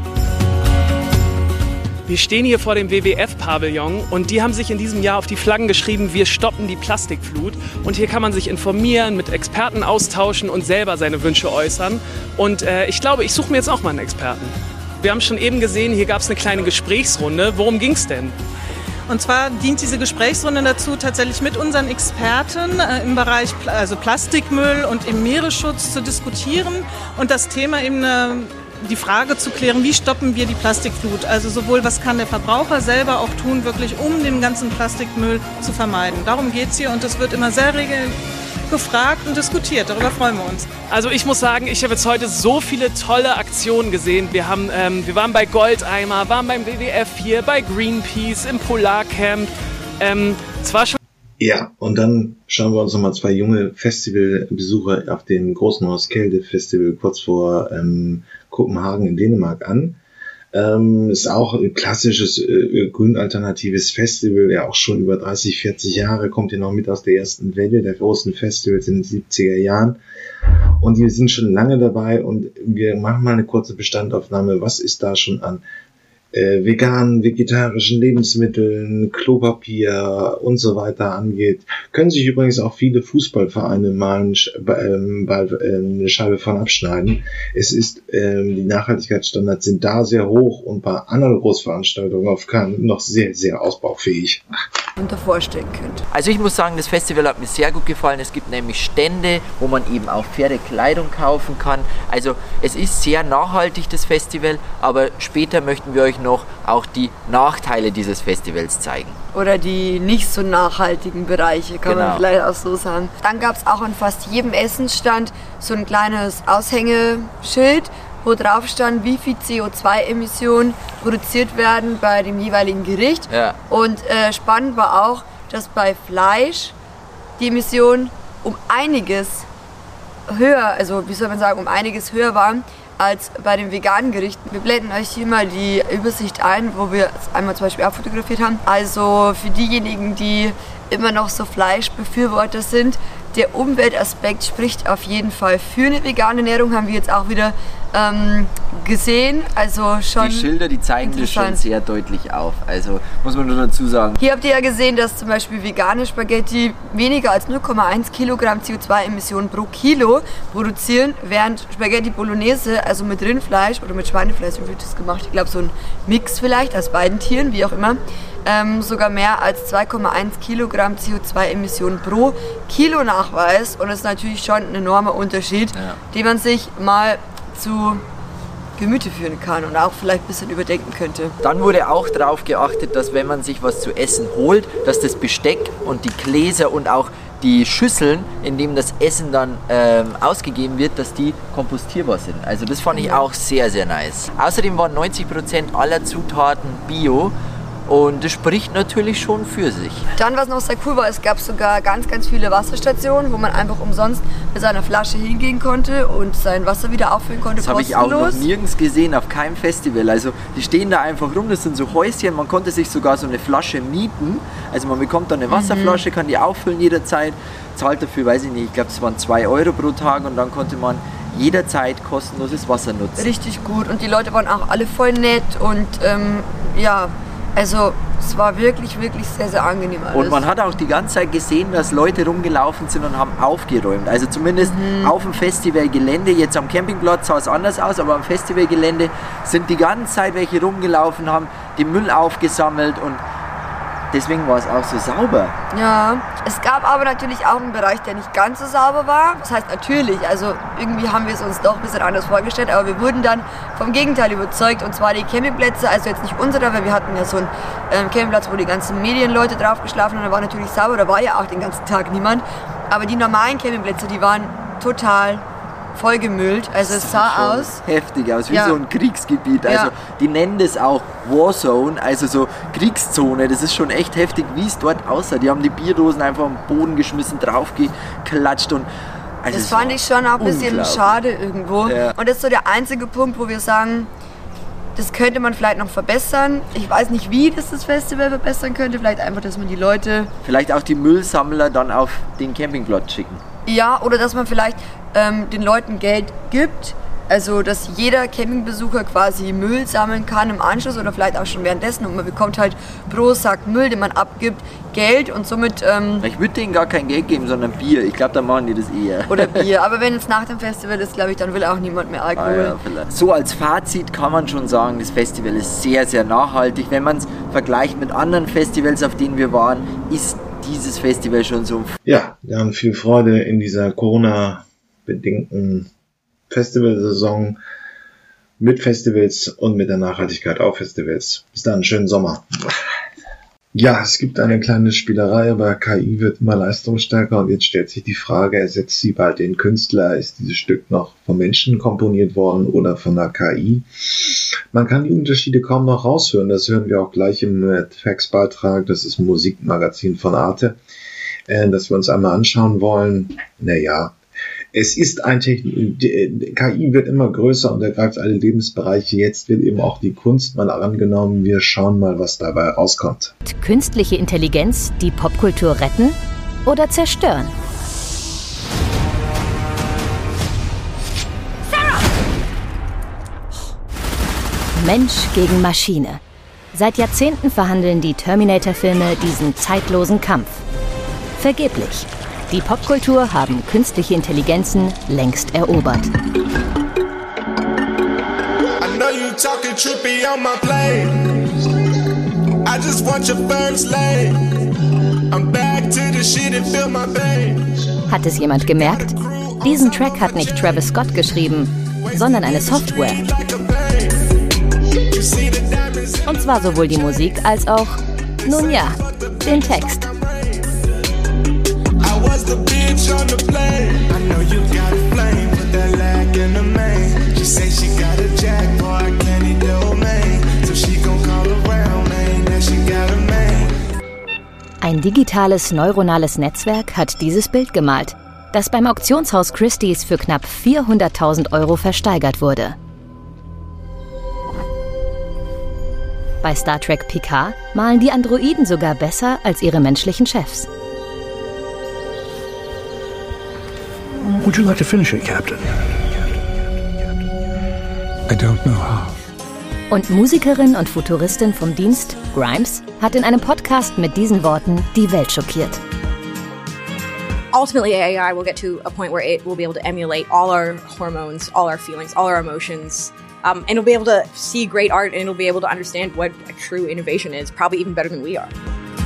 Wir stehen hier vor dem W W F-Pavillon und die haben sich in diesem Jahr auf die Flaggen geschrieben, wir stoppen die Plastikflut. Und hier kann man sich informieren, mit Experten austauschen und selber seine Wünsche äußern. Und äh, ich glaube, ich suche mir jetzt auch mal einen Experten. Wir haben schon eben gesehen, hier gab es eine kleine Gesprächsrunde. Worum ging es denn? Und zwar dient diese Gesprächsrunde dazu, tatsächlich mit unseren Experten äh, im Bereich Pla- also Plastikmüll und im Meeresschutz zu diskutieren und das Thema eben äh, die Frage zu klären, wie stoppen wir die Plastikflut? Also sowohl, was kann der Verbraucher selber auch tun, wirklich um den ganzen Plastikmüll zu vermeiden. Darum geht es hier und das wird immer sehr regelmäßig gefragt und diskutiert. Darüber freuen wir uns. Also ich muss sagen, ich habe jetzt heute so viele tolle Aktionen gesehen. Wir, haben, ähm, wir waren bei Goldeimer, waren beim W W F hier, bei Greenpeace, im Polarcamp. Ähm, es war schon Ja, und dann schauen wir uns nochmal zwei junge Festivalbesucher auf dem Großen Roskilde-Festival kurz vor ähm, Kopenhagen in Dänemark an. Ähm, ist auch ein klassisches äh, grün-alternatives Festival, ja auch schon über dreißig, vierzig Jahre, kommt hier noch mit aus der ersten Welle der großen Festivals in den siebziger Jahren. Und die sind schon lange dabei und wir machen mal eine kurze Bestandaufnahme. Was ist da schon an äh, veganen, vegetarischen Lebensmitteln, Klopapier und so weiter angeht? Können sich übrigens auch viele Fußballvereine mal ein, ähm, äh, eine Scheibe von abschneiden. Es ist, ähm, die Nachhaltigkeitsstandards sind da sehr hoch und bei anderen Großveranstaltungen auf keinen noch sehr, sehr ausbaufähig. Unter vorstellen könnt. Also ich muss sagen, das Festival hat mir sehr gut gefallen. Es gibt nämlich Stände, wo man eben auch Pferdekleidung kaufen kann. Also es ist sehr nachhaltig, das Festival, aber später möchten wir euch noch auch die Nachteile dieses Festivals zeigen. Oder die nicht so nachhaltigen Bereiche, kann Genau. man vielleicht auch so sagen. Dann gab es auch an fast jedem Essensstand so ein kleines Aushängeschild, wo drauf stand, wie viel C O zwei Emissionen produziert werden bei dem jeweiligen Gericht. Ja. Und äh, spannend war auch, dass bei Fleisch die Emissionen um einiges höher, also wie soll man sagen, um einiges höher waren als bei den veganen Gerichten. Wir blenden euch hier mal die Übersicht ein, wo wir es einmal zum Beispiel abfotografiert haben. Also für diejenigen, die immer noch so Fleischbefürworter sind, der Umweltaspekt spricht auf jeden Fall für eine vegane Ernährung, haben wir jetzt auch wieder ähm, gesehen. Also schon Die Schilder, die zeigen das schon sehr deutlich auf. Also muss man nur dazu sagen. Hier habt ihr ja gesehen, dass zum Beispiel vegane Spaghetti weniger als null Komma eins Kilogramm C O zwei Emissionen pro Kilo produzieren, während Spaghetti Bolognese, also mit Rindfleisch oder mit Schweinefleisch, wie wird das gemacht? Ich glaube so ein Mix vielleicht aus beiden Tieren, wie auch immer. Ähm, sogar mehr als zwei Komma eins Kilogramm C O zwei Emissionen pro Kilo nachweist. Und das ist natürlich schon ein enormer Unterschied, Ja. den man sich mal zu Gemüte führen kann und auch vielleicht ein bisschen überdenken könnte. Dann wurde auch darauf geachtet, dass wenn man sich was zu essen holt, dass das Besteck und die Gläser und auch die Schüsseln, in denen das Essen dann ähm, ausgegeben wird, dass die kompostierbar sind. Also das fand ich auch sehr, sehr nice. Außerdem waren neunzig Prozent aller Zutaten bio. Und das spricht natürlich schon für sich. Dann, was noch sehr cool war, es gab sogar ganz, ganz viele Wasserstationen, wo man einfach umsonst mit seiner Flasche hingehen konnte und sein Wasser wieder auffüllen konnte. Das habe ich auch noch nirgends gesehen, auf keinem Festival. Also die stehen da einfach rum, das sind so Häuschen, man konnte sich sogar so eine Flasche mieten. Also man bekommt dann eine Wasserflasche, kann die auffüllen jederzeit, zahlt dafür, weiß ich nicht, ich glaube es waren zwei Euro pro Tag und dann konnte man jederzeit kostenloses Wasser nutzen. Richtig gut und die Leute waren auch alle voll nett und ähm, ja, also Es war wirklich, wirklich sehr, sehr angenehm alles. Und man hat auch die ganze Zeit gesehen, dass Leute rumgelaufen sind und haben aufgeräumt. Also zumindest mhm. auf dem Festivalgelände. Jetzt am Campingplatz sah es anders aus, aber am Festivalgelände sind die ganze Zeit welche rumgelaufen, haben den Müll aufgesammelt und deswegen war es auch so sauber. Ja, es gab aber natürlich auch einen Bereich, der nicht ganz so sauber war. Das heißt natürlich, also irgendwie haben wir es uns doch ein bisschen anders vorgestellt, aber wir wurden dann vom Gegenteil überzeugt. Und zwar die Campingplätze, also jetzt nicht unsere, weil wir hatten ja so einen ähm, Campingplatz, wo die ganzen Medienleute drauf geschlafen haben. Da war natürlich sauber, da war ja auch den ganzen Tag niemand. Aber die normalen Campingplätze, die waren total vollgemüllt. Also es sah aus heftig aus, wie ja. so ein Kriegsgebiet. Also ja. die nennen das auch Warzone, also so Kriegszone. Das ist schon echt heftig, wie es dort aussah. Die haben die Bierdosen einfach am Boden geschmissen, draufgeklatscht und also das fand ich schon auch ein bisschen schade irgendwo. Ja. Und das ist so der einzige Punkt, wo wir sagen, das könnte man vielleicht noch verbessern. Ich weiß nicht, wie das das Festival verbessern könnte. Vielleicht einfach, dass man die Leute... Vielleicht auch die Müllsammler dann auf den Campingplatz schicken. Ja, oder dass man vielleicht ähm, den Leuten Geld gibt. Also, dass jeder Campingbesucher quasi Müll sammeln kann im Anschluss oder vielleicht auch schon währenddessen. Und man bekommt halt pro Sack Müll, den man abgibt, Geld und somit... Ähm, ich würde denen gar kein Geld geben, sondern Bier. Ich glaube, da machen die das eher. Oder Bier. Aber wenn es nach dem Festival ist, glaube ich, dann will auch niemand mehr Alkohol. Ah, ja, so als Fazit kann man schon sagen, das Festival ist sehr, sehr nachhaltig. Wenn man es vergleicht mit anderen Festivals, auf denen wir waren, ist dieses Festival schon so... Ja, wir haben viel Freude in dieser Corona-bedingten Festivalsaison mit Festivals und mit der Nachhaltigkeit auf Festivals. Bis dann, schönen Sommer. Ja, es gibt eine kleine Spielerei, aber K I wird immer leistungsstärker und jetzt stellt sich die Frage, ersetzt sie bald den Künstler? Ist dieses Stück noch vom Menschen komponiert worden oder von der K I? Man kann die Unterschiede kaum noch raushören, das hören wir auch gleich im Facts-Beitrag, das ist ein Musikmagazin von Arte, äh, das wir uns einmal anschauen wollen. Naja, es ist ein Technik, K I wird immer größer und ergreift alle Lebensbereiche. Jetzt wird eben auch die Kunst mal angenommen. Wir schauen mal, was dabei rauskommt. Künstliche Intelligenz, die Popkultur retten oder zerstören? Sarah! Mensch gegen Maschine. Seit Jahrzehnten verhandeln die Terminator-Filme diesen zeitlosen Kampf. Vergeblich. Die Popkultur haben künstliche Intelligenzen längst erobert. Hat es jemand gemerkt? Diesen Track hat nicht Travis Scott geschrieben, sondern eine Software. Und zwar sowohl die Musik als auch, nun ja, den Text. The bitch on the plane. I know you got a flame, but that lag in the main. She say she got a jackpot, candy domain. So she gon' call around, man, that she got a man. Ein digitales neuronales Netzwerk hat dieses Bild gemalt, das beim Auktionshaus Christie's für knapp vierhunderttausend Euro versteigert wurde. Bei Star Trek Picard malen die Androiden sogar besser als ihre menschlichen Chefs. Would you like to finish it, Captain? I don't know how. Und Musikerin und Futuristin vom Dienst, Grimes, hat in einem Podcast mit diesen Worten die Welt schockiert. Ultimately, A I will get to a point where it will be able to emulate all our hormones, all our feelings, all our emotions. Um, and it'll be able to see great art and it'll be able to understand what a true innovation is, probably even better than we are.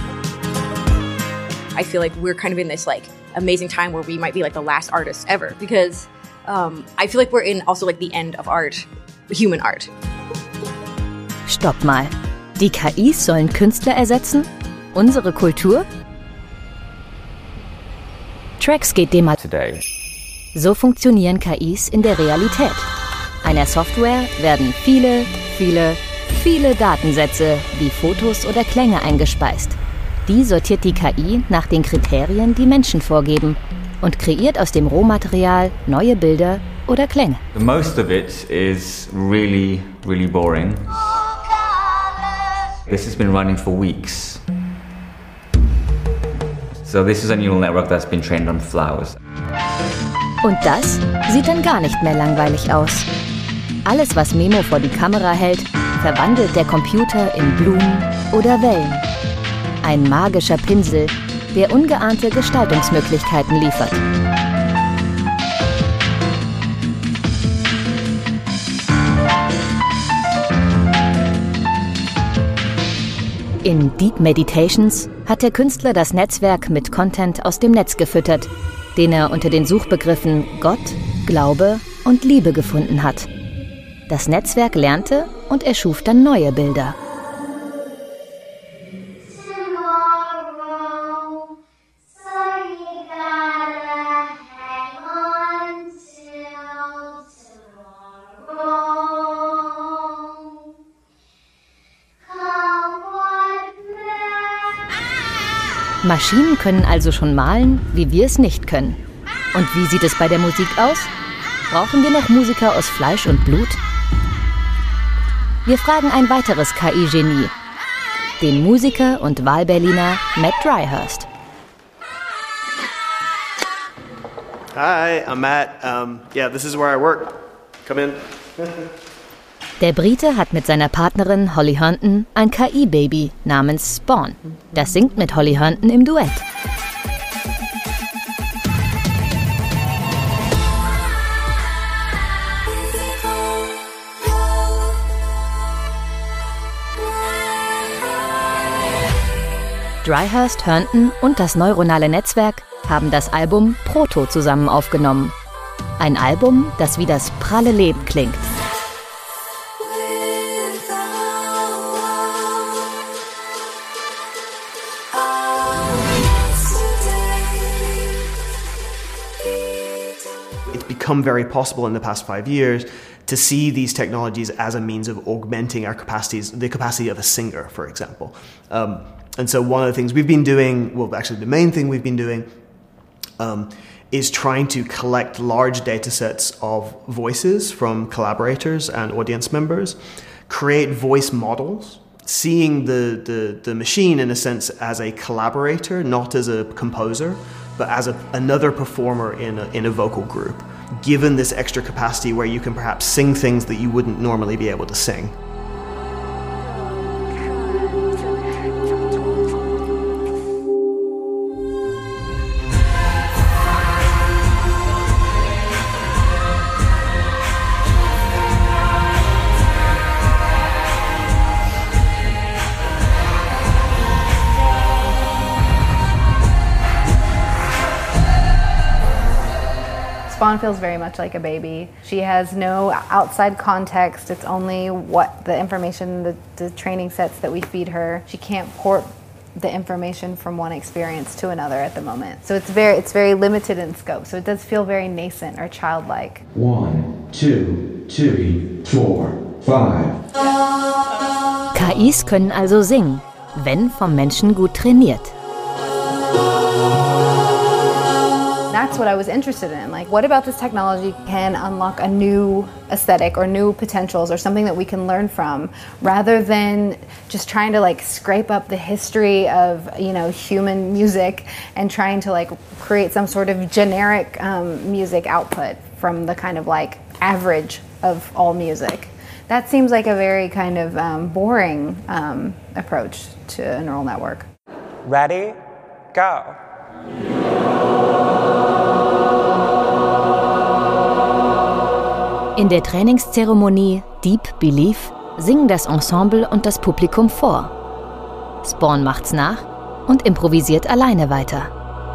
I feel like we're kind of in this like amazing time where we might be like the last artists ever because um, I feel like we're in also like the end of art, human art. Stopp mal. Die K Is sollen Künstler ersetzen? Unsere Kultur? Tracks geht dem mal. So funktionieren K Is in der Realität. Einer Software werden viele, viele, viele Datensätze wie Fotos oder Klänge eingespeist. Die sortiert die K I nach den Kriterien, die Menschen vorgeben und kreiert aus dem Rohmaterial neue Bilder oder Klänge. Most of it is really, really boring. This has been running for weeks. So this is a neural network that's been trained on flowers. Und das sieht dann gar nicht mehr langweilig aus. Alles, was Memo vor die Kamera hält, verwandelt der Computer in Blumen oder Wellen. Ein magischer Pinsel, der ungeahnte Gestaltungsmöglichkeiten liefert. In Deep Meditations hat der Künstler das Netzwerk mit Content aus dem Netz gefüttert, den er unter den Suchbegriffen Gott, Glaube und Liebe gefunden hat. Das Netzwerk lernte und erschuf dann neue Bilder. Maschinen können also schon malen, wie wir es nicht können. Und wie sieht es bei der Musik aus? Brauchen wir noch Musiker aus Fleisch und Blut? Wir fragen ein weiteres K I-Genie, den Musiker und Wahlberliner Matt Dryhurst. Hi, I'm Matt. Um, yeah, this is where I work. Come in. Der Brite hat mit seiner Partnerin Holly Herndon ein K I-Baby namens Spawn. Das singt mit Holly Herndon im Duett. Dryhurst, Herndon und das neuronale Netzwerk haben das Album Proto zusammen aufgenommen. Ein Album, das wie das pralle Leben klingt. Become very possible in the past five years to see these technologies as a means of augmenting our capacities, the capacity of a singer, for example. Um, and so one of the things we've been doing, well, actually the main thing we've been doing um, is trying to collect large data sets of voices from collaborators and audience members, create voice models, seeing the, the, the machine in a sense as a collaborator, not as a composer, but as a, another performer in a, in a vocal group, given this extra capacity where you can perhaps sing things that you wouldn't normally be able to sing. Spawn feels very much like a baby. She has no outside context. It's only what the information, the, the training sets that we feed her. She can't port the information from one experience to another at the moment. So it's very, it's very limited in scope. So it does feel very nascent or childlike. One, two, three, four, five. K Is können also singen, wenn vom Menschen gut trainiert. That's what I was interested in. Like, what about this technology can unlock a new aesthetic or new potentials or something that we can learn from, rather than just trying to like scrape up the history of, you know, human music and trying to like create some sort of generic um, music output from the kind of like average of all music. That seems like a very kind of um, boring um, approach to a neural network. Ready? Go. In der Trainingszeremonie Deep Belief singen das Ensemble und das Publikum vor. Spawn macht's nach und improvisiert alleine weiter.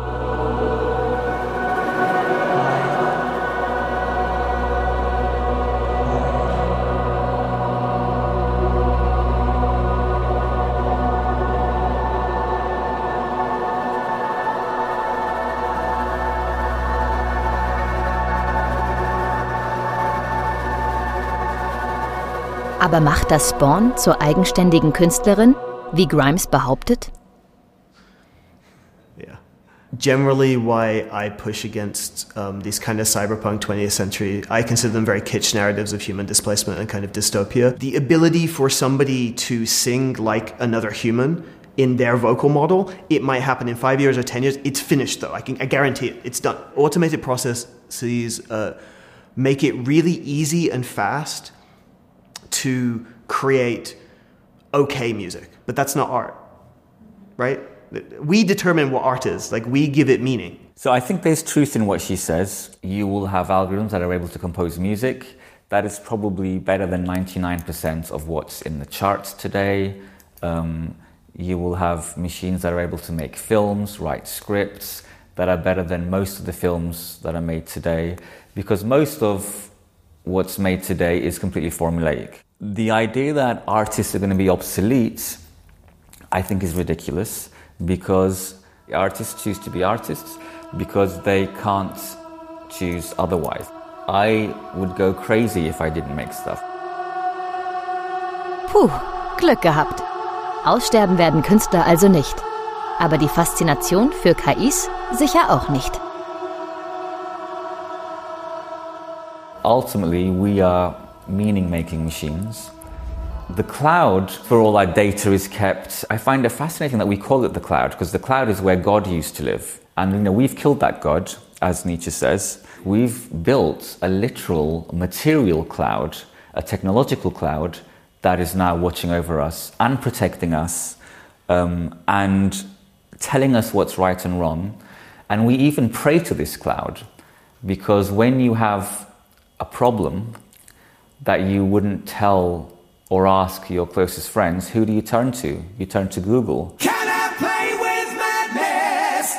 Aber macht das Spawn zur eigenständigen Künstlerin, wie Grimes behauptet? Yeah. Generally, why I push against um, these kind of cyberpunk twentieth century, I consider them very kitsch narratives of human displacement and kind of dystopia. The ability for somebody to sing like another human in their vocal model, it might happen in five years or ten years. It's finished though, I can I guarantee it. It's done. Automated processes uh, make it really easy and fast to create okay music, but that's not art, right? We determine what art is, like we give it meaning. So I think there's truth in what she says. You will have algorithms that are able to compose music. That is probably better than ninety-nine percent of what's in the charts today. Um, you will have machines that are able to make films, write scripts, that are better than most of the films that are made today, because most of what's made today is completely formulaic. The idea that artists are going to be obsolete, I think, is ridiculous, because artists choose to be artists because they can't choose otherwise. I would go crazy if I didn't make stuff. Puh, Glück gehabt. Aussterben werden Künstler also nicht. Aber die Faszination für K Is sicher auch nicht. Ultimately, we are meaning-making machines. The cloud, for all our data is kept, I find it fascinating that we call it the cloud, because the cloud is where God used to live. And you know, we've killed that God, as Nietzsche says. We've built a literal material cloud, a technological cloud, that is now watching over us and protecting us um, and telling us what's right and wrong. And we even pray to this cloud, because when you have a problem that you wouldn't tell or ask your closest friends, who do you turn to? You turn to Google. Can I play with madness?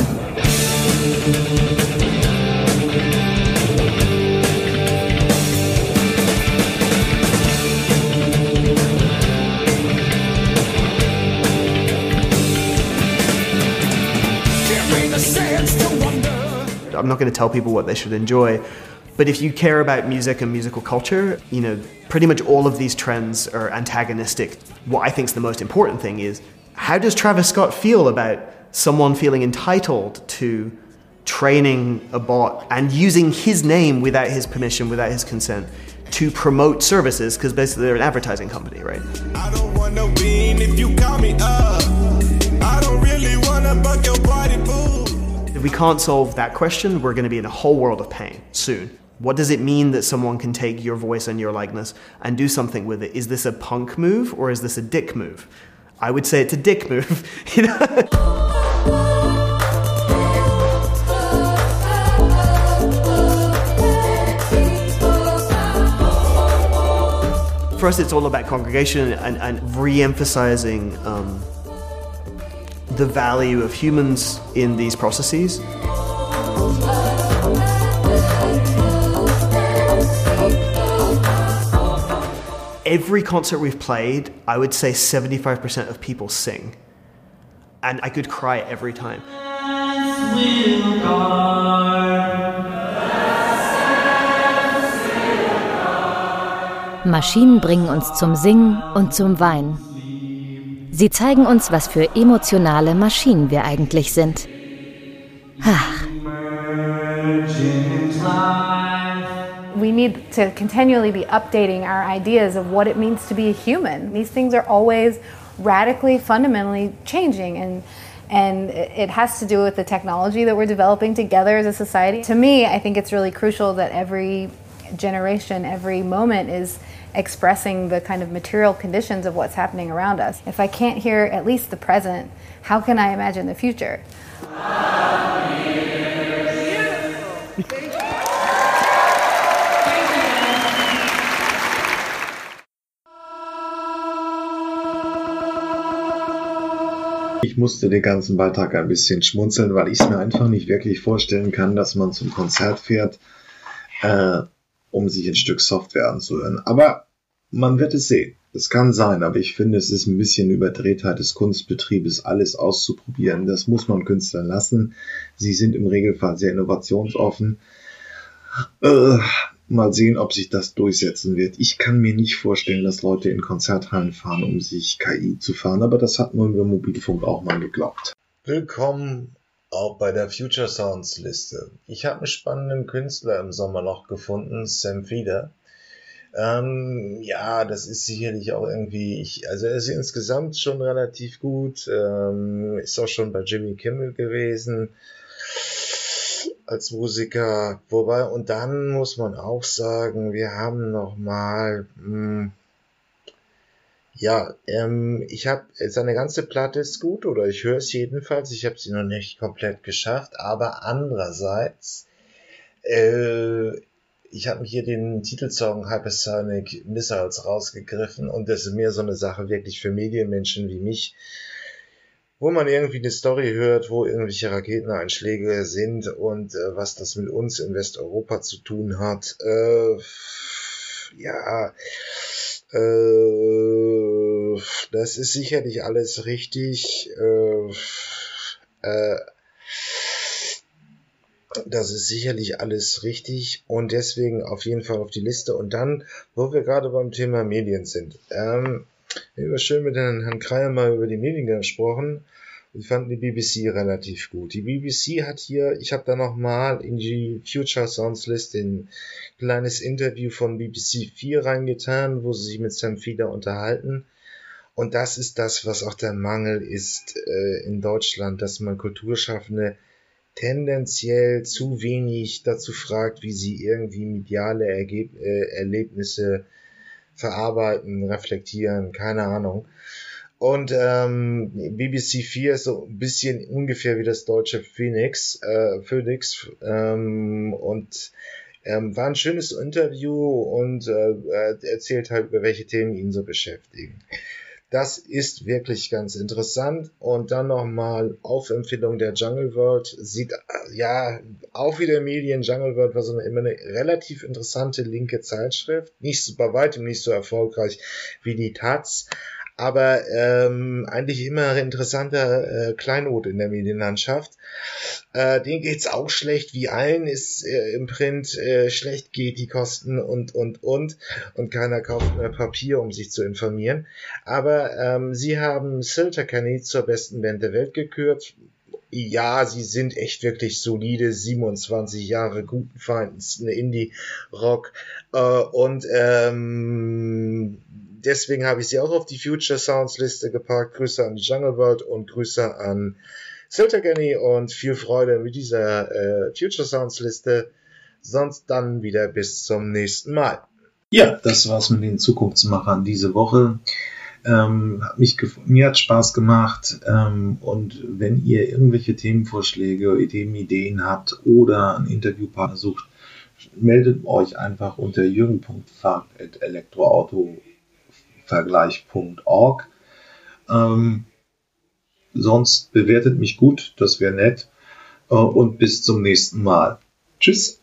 Give me the sense to wonder. I'm not going to tell people what they should enjoy, but if you care about music and musical culture, you know, pretty much all of these trends are antagonistic. What I think is the most important thing is, how does Travis Scott feel about someone feeling entitled to training a bot and using his name without his permission, without his consent, to promote services, because basically they're an advertising company, right? I don't want no bean if you call me up. I don't really wanna buck your body, boo. If we can't solve that question, we're going to be in a whole world of pain soon. What does it mean that someone can take your voice and your likeness and do something with it? Is this a punk move or is this a dick move? I would say it's a dick move. You know? For us, it's all about congregation and, and re-emphasizing um, the value of humans in these processes. Every concert we've played, I would say seventy-five percent of people sing. And I could cry every time. Maschinen bringen uns zum Singen und zum Weinen. Sie zeigen uns, was für emotionale Maschinen wir eigentlich sind. Ach. We need to continually be updating our ideas of what it means to be a human. These things are always radically, fundamentally changing, and and it has to do with the technology that we're developing together as a society. To me, I think it's really crucial that every generation, every moment is expressing the kind of material conditions of what's happening around us. If I can't hear at least the present, how can I imagine the future? Ich musste den ganzen Beitrag ein bisschen schmunzeln, weil ich es mir einfach nicht wirklich vorstellen kann, dass man zum Konzert fährt, äh, um sich ein Stück Software anzuhören. Aber man wird es sehen. Es kann sein, aber ich finde, es ist ein bisschen Überdrehtheit des Kunstbetriebes, alles auszuprobieren. Das muss man Künstlern lassen. Sie sind im Regelfall sehr innovationsoffen. Äh, mal sehen, ob sich das durchsetzen wird. Ich kann mir nicht vorstellen, dass Leute in Konzerthallen fahren, um sich K I zu fahren, aber das hat man über Mobilfunk auch mal geglaubt. Willkommen auch bei der Future Sounds Liste. Ich habe einen spannenden Künstler im Sommer noch gefunden, Sam Feder. Ähm, ja, das ist sicherlich auch irgendwie, ich, also er ist insgesamt schon relativ gut, ähm, ist auch schon bei Jimmy Kimmel gewesen als Musiker, wobei, und dann muss man auch sagen, wir haben noch mal, mh, Ja, ähm, ich habe, seine ganze Platte ist gut, oder ich höre es jedenfalls, ich habe sie noch nicht komplett geschafft, aber andererseits, äh, ich habe mir hier den Titelsong Hypersonic Missiles rausgegriffen und das ist mehr so eine Sache wirklich für Medienmenschen wie mich, wo man irgendwie eine Story hört, wo irgendwelche Raketeneinschläge sind und äh, was das mit uns in Westeuropa zu tun hat. Äh, ja, äh, das ist sicherlich alles richtig. Äh, äh, Das ist sicherlich alles richtig und deswegen auf jeden Fall auf die Liste. Und dann, wo wir gerade beim Thema Medien sind, ähm, wir haben schön mit Herrn, Herrn Kreier mal über die Medien gesprochen. Wir fanden die B B C relativ gut. Die B B C hat hier, ich habe da nochmal in die Future Sounds List ein kleines Interview von B B C vier reingetan, wo sie sich mit Sam Fieder unterhalten. Und das ist das, was auch der Mangel ist äh, in Deutschland, dass man Kulturschaffende tendenziell zu wenig dazu fragt, wie sie irgendwie mediale Ergeb- äh, Erlebnisse verarbeiten, reflektieren, keine Ahnung. Und ähm, B B C vier ist so ein bisschen ungefähr wie das deutsche Phoenix, äh, Phoenix ähm, und ähm, war ein schönes Interview und äh, er erzählt halt, über welche Themen ihn so beschäftigen. Das ist wirklich ganz interessant. Und dann nochmal auf Empfehlung der Jungle World. Sieht, ja, auch wieder Medien. Jungle World war so eine, immer eine relativ interessante linke Zeitschrift. Nicht so, bei weitem nicht so erfolgreich wie die Taz. Aber ähm, eigentlich immer interessanter äh, Kleinod in der Medienlandschaft. Äh, denen geht's auch schlecht, wie allen ist äh, im Print äh, schlecht geht, die Kosten und, und, und. Und keiner kauft mehr Papier, um sich zu informieren. Aber ähm, sie haben Sleater-Kinney zur besten Band der Welt gekürt. Ja, sie sind echt wirklich solide, siebenundzwanzig Jahre guten Feinds, eine Indie-Rock. Äh, und ähm, deswegen habe ich sie auch auf die Future Sounds Liste gepackt. Grüße an die Jungle World und Grüße an Sleater-Kinney und viel Freude mit dieser äh, Future Sounds Liste. Sonst dann wieder bis zum nächsten Mal. Ja, das war's mit den Zukunftsmachern diese Woche. Ähm, hat mich gef- mir hat Spaß gemacht und wenn ihr irgendwelche Themenvorschläge, Ideen, Ideen habt oder einen Interviewpartner sucht, meldet euch einfach unter jürgen punkt fahrt at elektroautovergleich punkt org. Ähm, sonst bewertet mich gut, das wäre nett, und bis zum nächsten Mal. Tschüss.